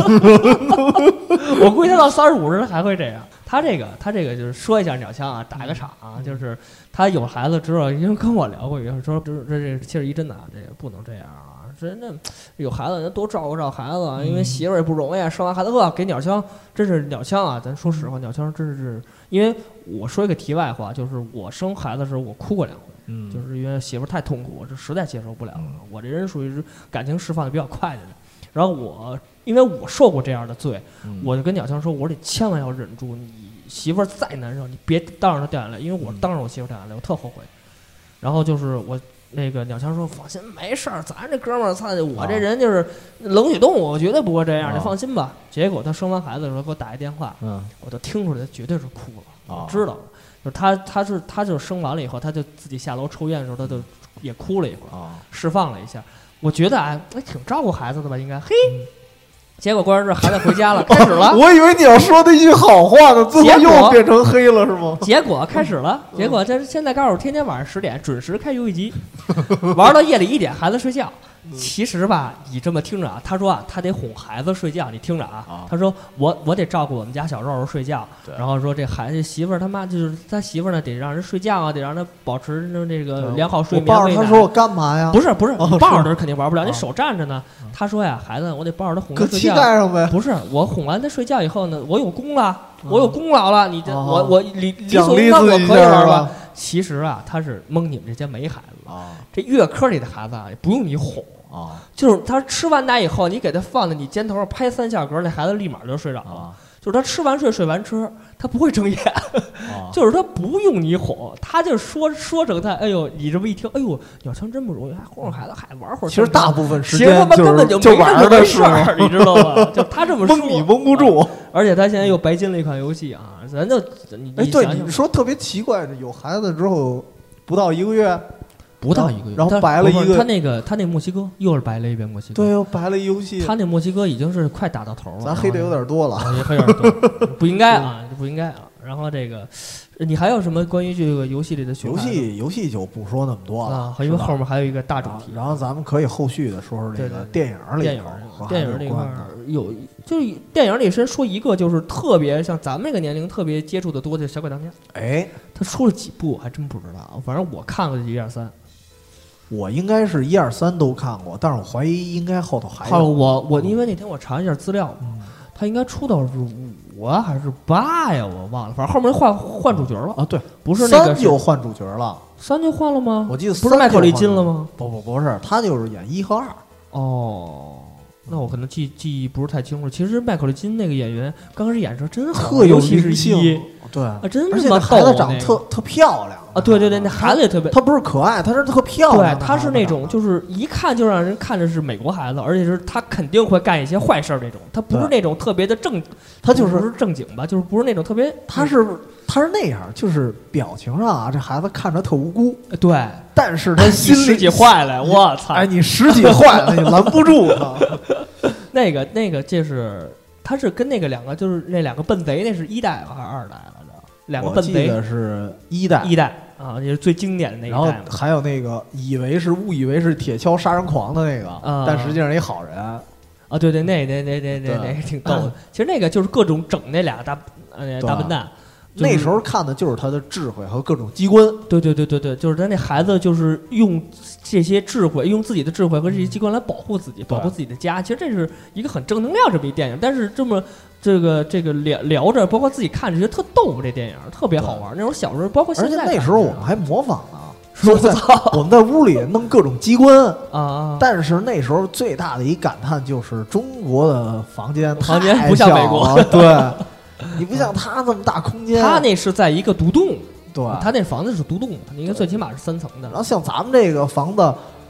我估计他到35时还会这样。他这个就是说一下鸟枪啊，打个场啊，就是他有孩子之后，因为跟我聊过一个，说这71真的这个不能这样啊，真的有孩子人多照顾孩子啊，因为媳妇也不容易，生完孩子给鸟枪，真是鸟枪啊！咱说实话，鸟枪真是，因为我说一个题外话，就是我生孩子的时候我哭过2回，就是因为媳妇太痛苦，我这实在接受不了了。我这人属于是感情释放的比较快的人，然后因为我受过这样的罪，我就跟鸟枪说，我说你千万要忍住，你媳妇再难受，你别当着她掉眼泪，因为我当着我媳妇掉眼泪，我特后悔。然后就是我那个鸟枪说放心没事儿，咱这哥们儿操，我这人就是冷血动物，我绝对不会这样，你放心吧。结果他生完孩子的时候给我打一电话，我就听出来他绝对是哭了，我知道了。就是他就生完了以后，他就自己下楼抽烟的时候，他就也哭了一会儿，释放了一下。我觉得挺照顾孩子的吧，应该嘿。结果过完日孩子回家了，开始了。 我以为你要说的一句好话呢，最后又变成黑了是吗？ 结果开始了，结果这现在告诉我，天天晚上10点准时开游戏机，玩到夜里1点，孩子睡觉。其实吧，你这么听着啊，他说他得哄孩子睡觉，你听着啊，他说我得照顾我们家小肉肉睡觉，然后说这孩子媳妇儿他妈就是他媳妇儿呢，得让人睡觉啊，得让他保持这个良好睡眠。 我抱着他说我干嘛呀？ 不是，你抱着他肯定玩不了，你手站着呢。他说呀，孩子，我得抱着他哄他睡觉。 搁膝盖上呗。 不是，我哄完他睡觉以后呢，我有功了，我有功劳了，你这我理所应当我可以玩吧？其实啊，他是蒙你们这些没孩子啊。这月科里的孩子啊，也不用你哄啊，就是他吃完奶以后，你给他放在你肩头上拍3下嗝，那孩子立马就睡着了。就是他吃完睡完吃，他不会睁眼，就是他不用你哄，他就说成他，哎呦，你这么一听，哎呦，鸟枪真不容易，还哄孩子，还玩会儿。 其实大部分时间根本就没玩的事儿，你知道吗？就他这么说， 蒙你蒙不住。 而且他现在又白金了一款游戏啊，咱就对你说特别奇怪，有孩子之后不到1个月。 不到1个月， 然后白了一个。 他那墨西哥又是白了一遍墨西哥。 对，又白了一游戏。 他那墨西哥已经是快打到头了。 咱黑的有点多了， 黑点多，不应该啊，不应该啊。然后这个，你还有什么关于这个游戏里的游戏就不说那么多了啊，因为后面还有一个大主题。 然后咱们可以后续的说说这个电影里那块有，就是电影里先说一个，就是特别像咱们这个年龄特别接触的多的《小鬼当家》。他出了几部我还真不知道，反正我看过1、2、3。 我应该是1、2、3都看过，但是我怀疑应该后头还有。 我因为那天我查一下资料，他应该出到是5还是8呀？我忘了，反正后面换主角了啊。对，不是那个 3就换主角了 ，3就换了吗？ 我记得不是麦克利金了吗？ 不是，他就是演1和2。 哦，那我可能记忆不是太清楚。其实麦克利金那个演员刚开始演的时候真好， 特有灵性。 对， 真而且那孩子长得特漂亮啊！对，那孩子也特别， 他不是可爱，他是特漂亮。 对，他是那种就是一看就让人看着是美国孩子，而且是他肯定会干一些坏事那种。他不是那种特别的他就是正经吧，就是不是那种特别。他是那样，就是表情上啊，这孩子看着特无辜。 对， 但是他心里十几坏了，我操！ 哎，你10几坏了，你拦不住他。 那个就是他是跟那个2个就是那2个笨贼，那是1代还是2代来着？2个笨贼， 我记得是1代啊，也是最经典的那一代。 然后还有那个误以为是铁锹杀人狂的那个，但实际上一好人啊。 对，那挺逗的。其实那个就是各种整那2个大笨蛋。 那时候看的就是他的智慧和各种机关。 对，就是他那孩子就是用这些智慧，用自己的智慧和这些机关来保护自己，保护自己的家。其实这是一个很正能量这么一电影，但是这么这个聊着，包括自己看着觉得特逗，这电影特别好玩。那时候小时候，包括现在， 而且那时候我们还模仿呢。我们在屋里弄各种机关啊！ 但是那时候最大的一感叹就是中国的房间不像美国， 对。你不像他这么大空间， 他那是在一个独栋， 对， 他那房子是独栋，应该最起码是3层的。 然后像咱们这个房子，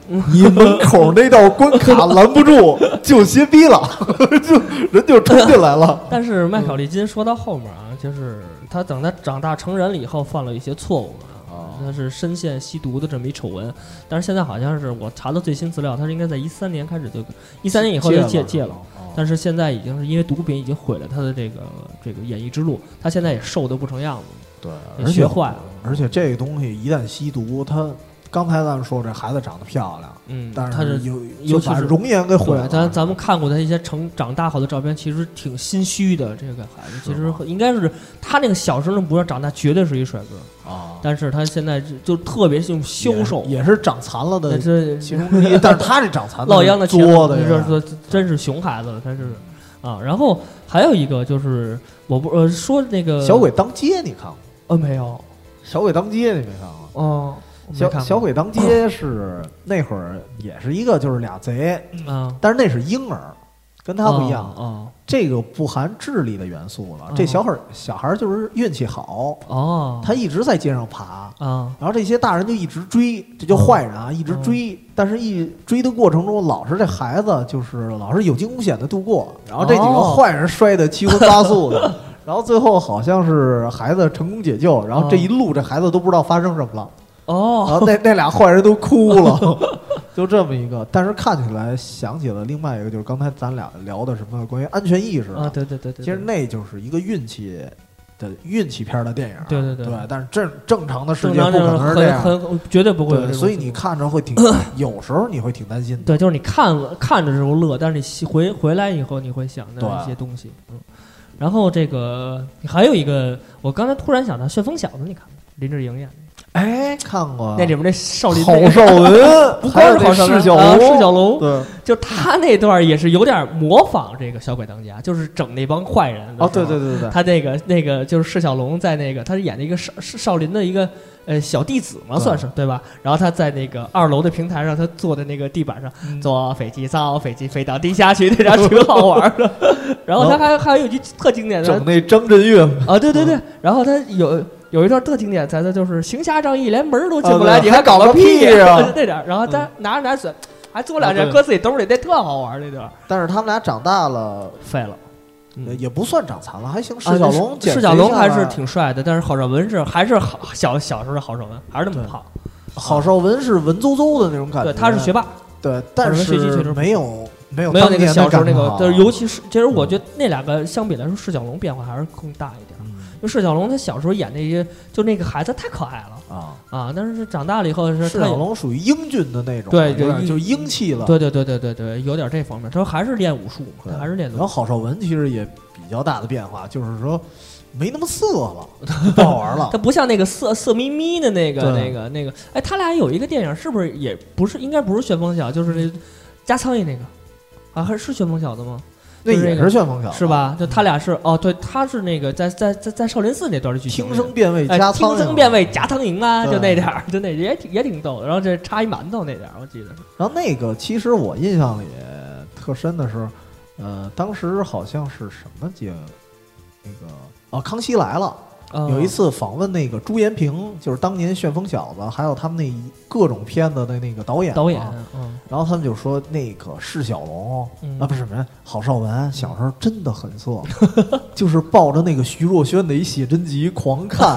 你门口那道关卡拦不住，就歇逼了，人就冲进来了。 但是麦考利金说到后面啊，就是他等他长大成人了以后犯了一些错误他是深陷吸毒的这么一丑闻，但是现在好像是我查到最新资料，他是应该在13年开始就13年以后就戒了，但是现在已经是因为毒品已经毁了他的这个演艺之路，他现在也瘦得不成样子， 对， 也学坏了， 而且这个东西一旦吸毒，他刚才咱们说这孩子长得漂亮，但是他是就把容颜给毁了。 咱们看过他一些长大后的照片，其实挺心虚的。这个孩子其实应该是他那个小时候不让长大，绝对是一帅哥啊！但是他现在就特别像消瘦， 也是长残了的其中之一。但是他这长残老杨的多的， 说真是熊孩子了，他是啊。然后还有一个就是我不说那个小鬼当街，你看过？ 没有。 小鬼当街你没看过？ 哦。 小鬼当街是那会儿也是一个就是俩贼，但是那是婴儿，跟他不一样这个不含智力的元素了。这小孩就是运气好他一直在街上爬然后这些大人就一直追，这叫坏人啊，一直追，但是一追的过程中，老是这孩子就是老是有惊无险的度过，然后这几个坏人摔得七荤八素的。然后最后好像是孩子成功解救，然后这一路这孩子都不知道发生什么了。然后那俩坏人都哭了，就这么一个。但是看起来想起了另外一个，就是刚才咱俩聊的什么关于安全意识对， 其实那就是一个运气片的电影， 对。 但是正常的世界不可能是这样， 绝对不会。 所以你看着会挺，有时候你会挺担心的。 对，就是你看着时候乐，但是你回来以后你会想的一些东西。然后这个还有一个，我刚才突然想到《旋风小子》，你看过？林志颖演的。 看过那里面那少林郝邵文， 不光是郝邵文，释小龙， 对， 就他那段也是有点模仿这个小鬼当家，就是整那帮坏人。 对， 他那个就是释小龙在那个他演的一个少林的一个小弟子嘛，算是对吧？然后他在那个2楼的平台上，他坐在那个地板上，坐飞机造飞机飞到地下去，那点挺好玩的。然后他还有一句特经典的， 整那张震岳对，然后他有一段特经典才的就是行侠仗义连门都进不来，你还搞个屁啊！那点，然后他拿着水还做2件搁自己兜里，那特好玩那段。 但是他们俩长大了， 废了， 也不算长残了，还行。释小龙还是挺帅的，但是郝邵文还是小时候的郝邵文，还是那么胖。 郝邵文是文绉绉的那种感觉， 对，他是学霸， 对，但是没有那个小时候那个，就是尤其是，其实我觉得那2个相比来说，释小龙变化还是更大一点。因为释小龙他小时候演那些，就那个孩子太可爱了但是长大了以后是释小龙属于英俊的那种， 对， 就英气了， 对，有点这方面。他说还是练武术，还是练。 然后郝邵文其实也比较大的变化，就是说没那么色了，不好玩了。 他不像那个色眯眯的那个，他俩有一个电影，是不是也不是？应该不是旋风小，就是那加苍蝇那个还是旋风小的吗？ 那也是旋风小是吧？就他俩是对，他是那个在少林寺那段的剧情， 听声辨位加苍蝇， 听声辨位加苍蝇啊，就那点儿，就那也挺逗的。然后这插一馒头那点儿，我记得是。 然后那个其实我印象里特深的是，当时好像是什么节，那个康熙来了。有一次访问那个朱延平，就是当年旋风小子，还有他们那各种片子的那个导演，然后他们就说那个释小龙不是什么郝邵文小时候真的很色，就是抱着那个徐若瑄的一写真集狂看，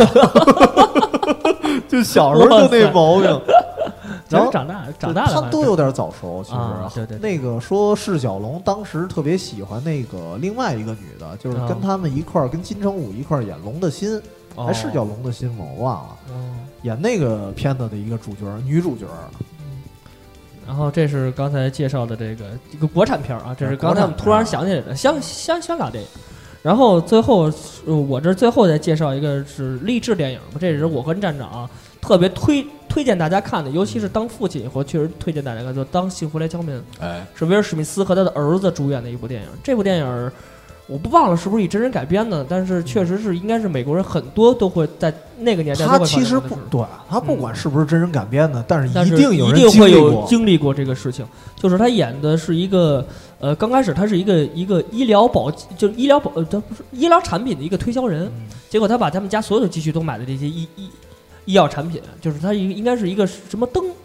就小时候就那毛病。然后长大他都有点早熟，其实对。 那个说释小龙当时特别喜欢那个另外一个女的，就是跟他们一块儿跟金城武一块儿演《龙的心》，还是叫《龙的心》吗？我忘了。演那个片子的一个女主角。 然后这是刚才介绍的这个一个国产片啊，这是刚才我们突然想起来的香港电影。然后最后我这最后再介绍一个是励志电影，这是我和站长特别推荐大家看的，尤其是当父亲以后，确实推荐大家看，就当幸福来敲门。是威尔史密斯和他的儿子主演的一部电影。这部电影我不忘了是不是以真人改编的，但是确实是应该是美国人很多都会在那个年代。 他其实不对，他不管是不是真人改编的，但是一定会有经历过这个事情。就是他演的是一个刚开始他是一个医疗就是医疗产品的一个推销人，结果他把他们家所有的积蓄都买的这些医药产品，就是他应该是一个什么灯，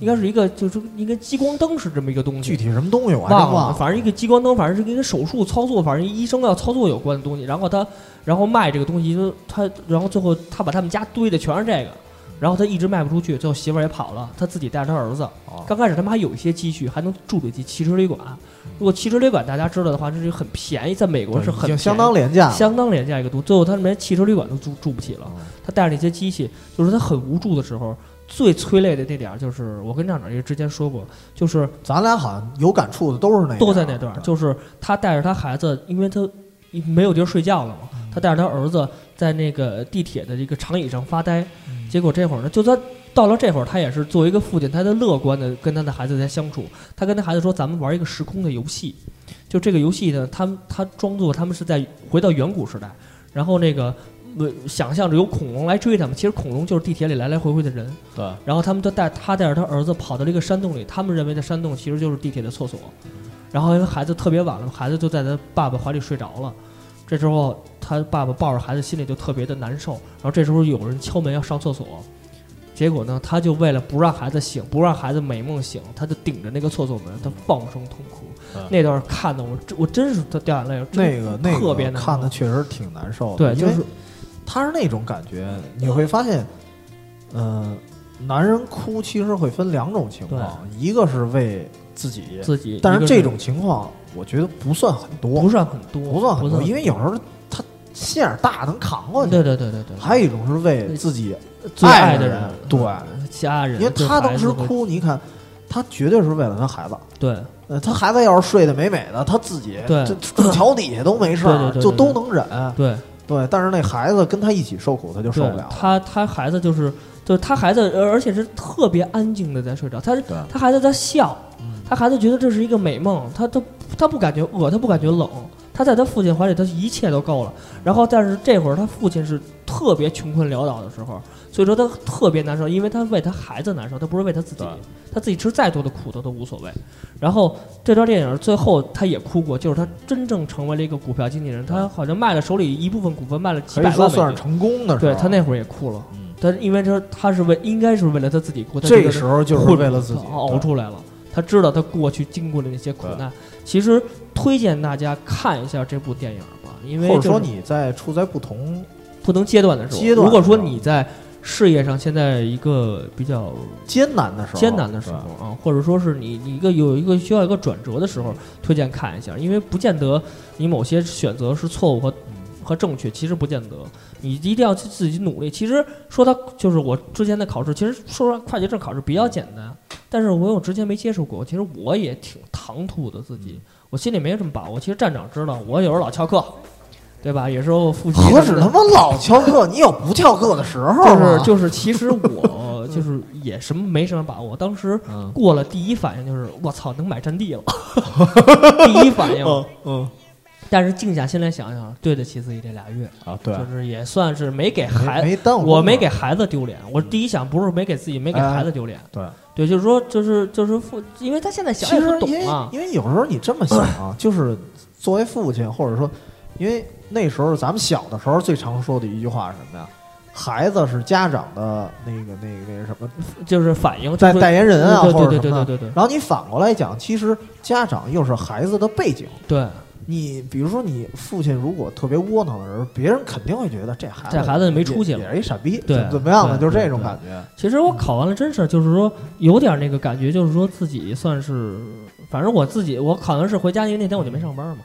应该是一个就是一个激光灯是这么一个东西， 具体什么东西我还忘了，反正一个激光灯，反正是跟手术操作，反正医生要操作有关的东西。然后卖这个东西，然后最后他把他们家堆的全是这个。然后他一直卖不出去，最后媳妇儿也跑了，他自己带着他儿子。刚开始他们还有一些积蓄，还能住得起汽车旅馆。如果汽车旅馆大家知道的话，这是很便宜，在美国是很便宜， 相当廉价一个度。最后他连汽车旅馆都住不起了。他带着那些机器，就是他很无助的时候，最催泪的那点就是我跟站长也之前说过，就是咱俩好像有感触的都是都在那段，就是他带着他孩子，因为他没有地儿睡觉了嘛，他带着他儿子在那个地铁的这个长椅上发呆。结果这会儿呢，就他到了这会儿，他也是作为一个父亲，他的乐观的跟他的孩子在相处。他跟他孩子说：“咱们玩一个时空的游戏。”就这个游戏呢，他装作他们是在回到远古时代，然后那个想象着有恐龙来追他们。其实恐龙就是地铁里来来回回的人。 对。 然后他们都带着他儿子跑到了一个山洞里，他们认为的山洞其实就是地铁的厕所。然后因为孩子特别晚了，孩子就在他爸爸怀里睡着了。这时候他爸爸抱着孩子，心里就特别的难受。然后这时候有人敲门要上厕所，结果呢，他就为了不让孩子醒，不让孩子美梦醒，他就顶着那个厕所门，他放声痛哭。那段看的我真是掉眼泪， 那特别难受， 看的确实挺难受的。 对，就是他是那种感觉，你会发现，男人哭其实会分两种情况，一个是为自己，但是这种情况我觉得不算很多， 不算很多， 因为有时候他心眼大，能扛过去。 对。 还有一种是为自己最爱的人， 对家人， 因为他当时哭，你看，他绝对是为了他孩子。 对， 他孩子要是睡得美美的，他自己这脚底下都没事儿，就都能忍。 对， 但是那孩子跟他一起受苦，他就受不了。 他孩子就是他孩子，而且是特别安静的在睡着。他孩子在笑，他孩子觉得这是一个美梦，他不感觉饿，他不感觉冷，他在他父亲怀里，他一切都够了。然后，但是这会儿他父亲是特别穷困潦倒的时候，所以说他特别难受，因为他为他孩子难受，他不是为他自己，他自己吃再多的苦都无所谓。然后这段电影最后他也哭过，就是他真正成为了一个股票经纪人，他好像卖了手里一部分股份，卖了几百万美金， 可以说算是成功的时候。 对，他那会儿也哭了，他因为他是应该是为了他自己哭， 这个时候就是为了自己熬出来了。他知道他过去经过的那些苦难，其实推荐大家看一下这部电影吧，因为或者说你在处在不同阶段的时候，如果说你在事业上现在一个比较艰难的时候啊，或者说是你有一个需要一个转折的时候，推荐看一下，因为不见得你某些选择是错误和正确，其实不见得，你一定要去自己努力。其实说他就是我之前的考试，其实说实话，会计证考试比较简单，但是我之前没接触过，其实我也挺唐突的自己，我心里没什么把握。其实站长知道，我有时候老翘课，对吧？有时候复习， 何止他妈老翘课，你有不翘课的时候就是，其实我就是也没什么把握。当时过了第一反应就是我操，能买占地了，第一反应，但是静下心来想想，对得起自己这俩月啊，对， 就是也算是没给孩子，我没给孩子丢脸。我第一想不是没给自己，没给孩子丢脸。对，就是说，就是因为他现在想也不懂啊。 因为有时候你这么想啊，就是作为父亲，或者说，因为那时候咱们小的时候最常说的一句话是什么呀？孩子是家长的那个什么， 就是反应代言人啊，或者对。 然后你反过来讲，其实家长又是孩子的背景。 对。 你比如说，你父亲如果特别窝囊的人，别人肯定会觉得这孩子没出息了， 也是一傻逼， 对， 怎么样的，就是这种感觉。 其实我考完了，真是就是说有点那个感觉，就是说自己算是，反正我考完试回家，因为那天我就没上班嘛。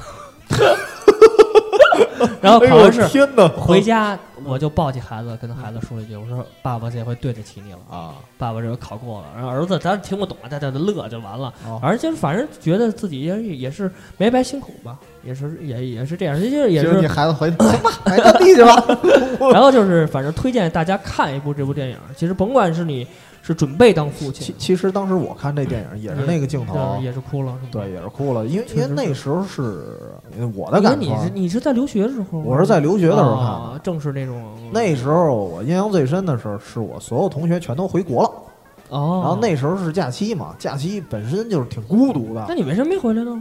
然后考完试回家，我就抱起孩子，跟孩子说了一句：“我说爸爸这回对得起你了啊，爸爸这回考过了。”然后儿子咱听不懂，他乐就完了。反正觉得自己也是没白辛苦吧，也是这样，也是你孩子回去行吧，买占地去吧。 然后就是反正推荐大家看一部这部电影，其实甭管是你是准备当父亲， 其实当时我看这电影也是那个镜头， 也是哭了， 对，也是哭了，因为那时候是我的感觉。 你是在留学的时候？ 我是在留学的时候看的， 正是那种。 那时候我印象最深的时候，是我所有同学全都回国了。然后那时候是假期嘛，假期本身就是挺孤独的。 那你为什么没回来呢？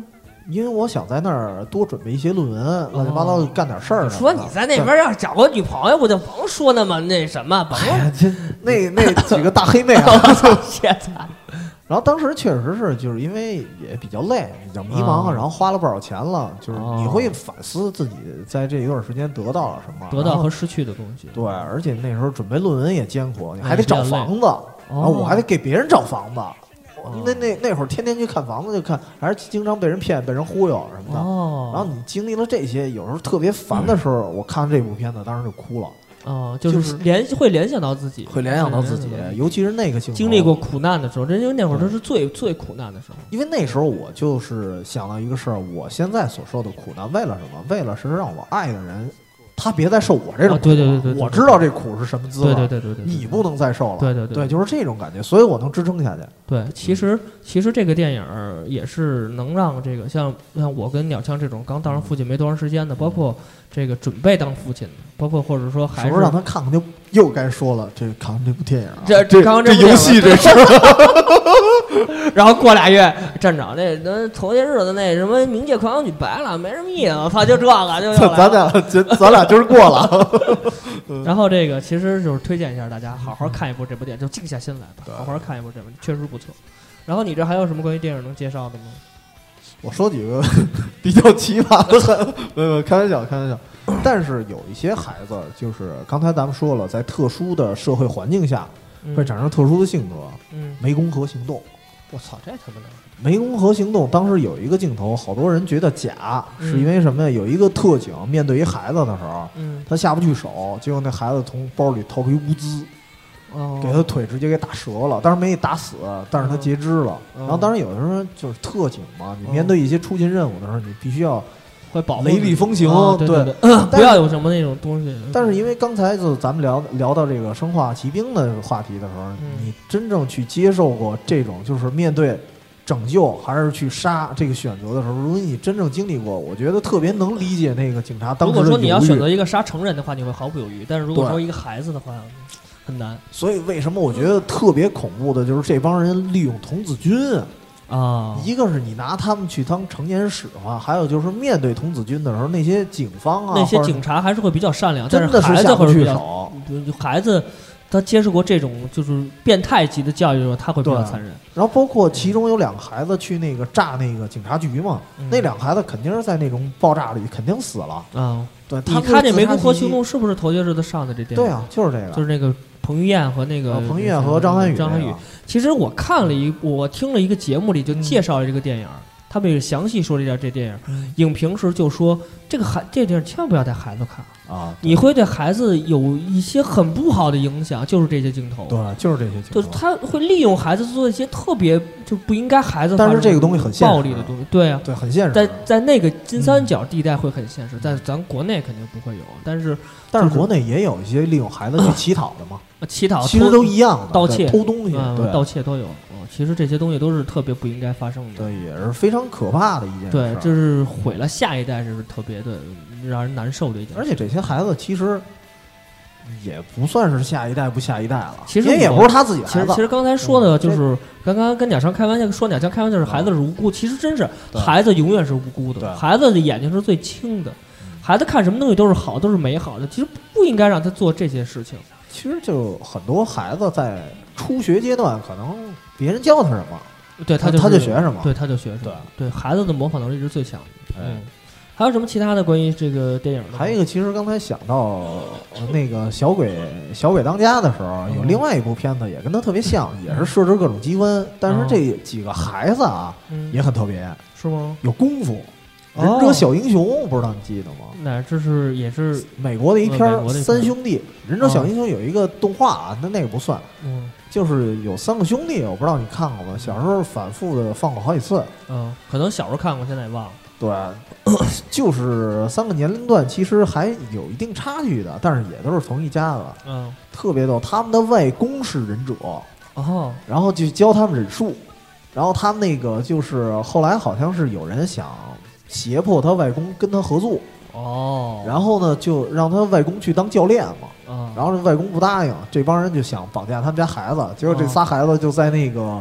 因为我想在那儿多准备一些论文，乱七八糟干点事儿。 说你在那边要是找个女朋友，我就甭说那么那什么，甭那几个大黑妹啊，然后当时确实是就是因为也比较累，比较迷茫，然后花了不少钱了，就是你会反思自己在这一段时间得到了什么， 得到和失去的东西。 对，而且那时候准备论文也艰苦，你还得找房子，然后我还得给别人找房子。那会儿天天去看房子，就看还是经常被人骗、被人忽悠什么的。然后你经历了这些，有时候特别烦的时候，我看这部片子，当时就哭了。 就是会联想到自己， 会联想到自己，尤其是那个经历过苦难的时候，因为那会儿都是最苦难的时候。 因为那时候我就是想到一个事儿，我现在所受的苦难，为了什么？为了是让我爱的人。他别再受我这种苦， 对， 我知道这苦是什么滋味， 对， 你不能再受了， 对， 就是这种感觉，所以我能支撑下去。 对，其实这个电影也是能让这个像我跟鸟枪这种刚当上父亲没多长时间的，包括这个准备当父亲的，包括或者说还是让他看看就又该说了，这看看这部电影， 这看看这游戏这事儿，然后过俩月站长那头些日子那什么冥界狂想曲白了，没什么意思，我操，就这个就咱俩就是过了。 然后这个其实就是推荐一下大家好好看一部这部电影，就静下心来吧，好好看一部这部，确实不错。然后你这还有什么关于电影能介绍的吗？ 我说几个比较奇葩的，开玩笑。但是有一些孩子，就是刚才咱们说了，在特殊的社会环境下，会产生特殊的性格。湄公河行动， 我操，这他妈的！ 湄公河行动当时有一个镜头，好多人觉得假，是因为什么呀？有一个特警面对一孩子的时候，他下不去手，结果那孩子从包里掏出一物资。给他腿直接给打折了，当然没打死，但是他截肢了。然后当然有的时候就是特警嘛，你面对一些出勤任务的时候，你必须要会保护雷厉风行， 对，不要有什么那种东西。 但是因为刚才就咱们聊到这个生化奇兵的话题的时候，你真正去接受过这种就是面对拯救还是去杀这个选择的时候，如果你真正经历过，我觉得特别能理解那个警察当时的犹豫。 如果说你要选择一个杀成人的话，你会毫不犹豫；但是如果说一个孩子的话，很难。 所以为什么我觉得特别恐怖的就是这帮人利用童子军啊，一个是你拿他们去当成年使唤，还有就是面对童子军的时候，那些警方啊， 那些警察还是会比较善良， 真的是下不去手。 孩子他接受过这种就是变态级的教育的时候，他会比较残忍。 然后包括其中有2个孩子去那个炸那个警察局嘛，那2个孩子肯定是在那种爆炸里肯定死了啊。 对， 你看这湄公河行动是不是头些日子上的这电影？ 对啊，就是这个， 就是那个彭于晏和那个彭于晏和张涵予。 其实我听了一个节目里就介绍了这个电影，他们也详细说了一下这电影。影评时就说这电影千万不要带孩子看啊， 你会对孩子有一些很不好的影响，就是这些镜头。 对，就是这些镜头。 就是他会利用孩子做一些特别就不应该孩子， 但是这个东西很现实， 暴力的东西。对啊， 对，很现实。 在那个金三角地带会很现实，在咱国内肯定不会有，但是国内也有一些利用孩子去乞讨的嘛。 乞讨其实都一样的， 盗窃、 偷东西、对， 盗窃都有。其实这些东西都是特别不应该发生的， 对，也是非常可怕的一件事。 对，就是毁了下一代，是特别的让人难受的一件事。 而且这些孩子其实也不算是下一代不下一代了， 其实也不是他自己孩子。 其实刚才说的就是刚刚跟鸟枪开玩笑说鸟枪开玩笑是孩子是无辜，其实真是孩子永远是无辜的，孩子的眼睛是最清的，孩子看什么东西都是好，都是美好的，其实不应该让他做这些事情。 其实就很多孩子在初学阶段，可能别人教他什么， 对他就学什么， 对他就学什么。对孩子的模仿能力是最强的。还有什么其他的关于这个电影的？ 还有一个，其实刚才想到那个小鬼当家的时候，有另外一部片子也跟他特别像，也是设置各种机关，但是这几个孩子啊也很特别， 是吗？ 有功夫。忍者小英雄不知道你记得吗？ 那这是也是美国的一篇三兄弟。忍者小英雄有一个动画啊，那个不算，就是有3个兄弟，我不知道你看过吗？小时候反复的放过好几次， 可能小时候看过，现在也忘了。 对，就是3个年龄段其实还有一定差距的，但是也都是同一家的，特别逗。他们的外公是忍者，然后就教他们忍术，然后他们那个就是后来好像是有人想胁迫他外公跟他合作，然后呢就让他外公去当教练嘛，然后这外公不答应，这帮人就想绑架他们家孩子，结果这仨孩子就在那个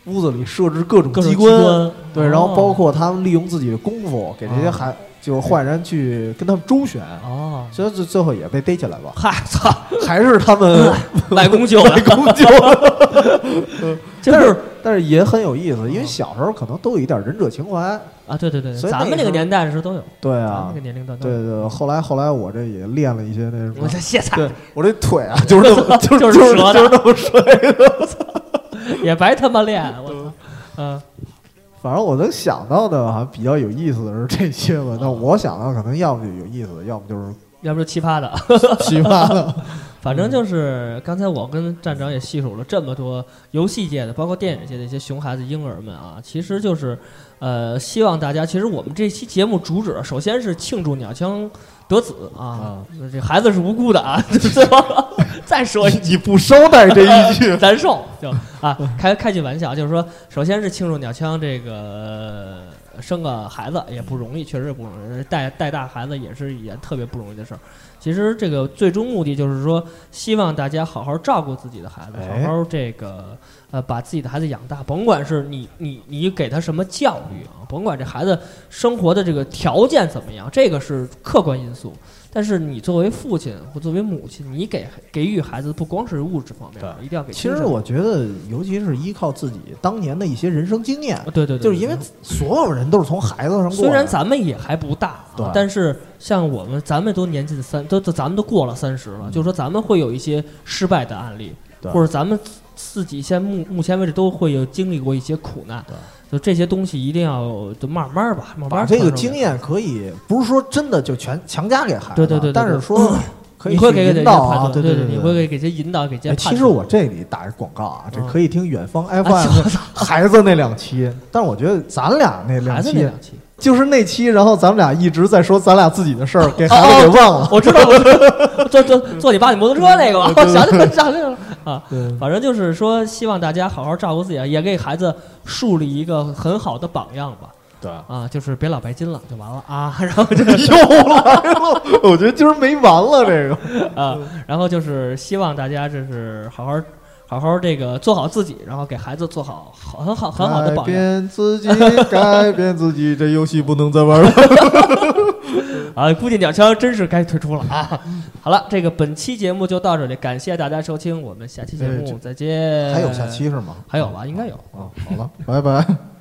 屋子里设置各种机关，对，然后包括他们利用自己的功夫给这些就坏人去跟他们周旋所以最后也被逮起来了。 嗨，操， 还是他们外公救了， 但是也很有意思，因为小时候可能都有一点忍者情怀啊。对，所以咱们那个年代的时候都有。 对啊， 那个年龄段对，后来我这也练了一些那什么。 我这歇菜， 我这腿啊，就是折的， 就是那么摔的， 也白他妈练，我操， 反正我能想到的还比较有意思的是这些吧。那我想到可能要么就有意思的，要么就奇葩的， 奇葩的。 反正就是刚才我跟站长也细数了这么多游戏界的，包括电影界的一些熊孩子婴儿们啊，其实就是希望大家，其实我们这期节目主旨首先是庆祝鸟枪得子啊，这孩子是无辜的啊，再说你不捎带这一句难受就啊，开句玩笑，就是说首先是庆祝鸟枪这个生个孩子也不容易，确实不容易，带大孩子也特别不容易的事儿。其实这个最终目的就是说，希望大家好好照顾自己的孩子，好好这个把自己的孩子养大，甭管是你给他什么教育啊，甭管这孩子生活的这个条件怎么样，这个是客观因素。但是你作为父亲或作为母亲，你给予孩子不光是物质方面，一定要给。 其实我觉得，尤其是依靠自己当年的一些人生经验， 对， 就是因为所有人都是从孩子上过来。 虽然咱们也还不大，但是像咱们都年纪咱们都过了30了，就是说咱们会有一些失败的案例，或者咱们自己目前为止都会有经历过一些苦难。就这些东西一定要就慢慢把这个经验可以不是说真的就全强加给孩子， 对， 但是说可以你会给引导啊， 对，你会给些引导，给些。 其实我这里打一广告啊，这可以听远方 FM 孩子那2期，但是我觉得咱俩那2期。就是那期，然后咱们俩一直在说咱俩自己的事儿，给孩子给忘了。 我知道，坐你爸你摩托车那个，我想起来了啊。反正就是说，希望大家好好照顾自己，也给孩子树立一个很好的榜样吧。 对啊，就是别老白金了，就完了啊。然后就又来了，我觉得今儿没完了这个啊。然后就是希望大家就是好好这个做好自己，然后给孩子做好很好的榜样。 改变自己，这游戏不能再玩了。 啊，估计鸟枪真是该退出了啊！好了，这个本期节目就到这里，感谢大家收听，我们下期节目再见。 还有下期是吗？ 还有吧，应该有啊。好了，拜拜。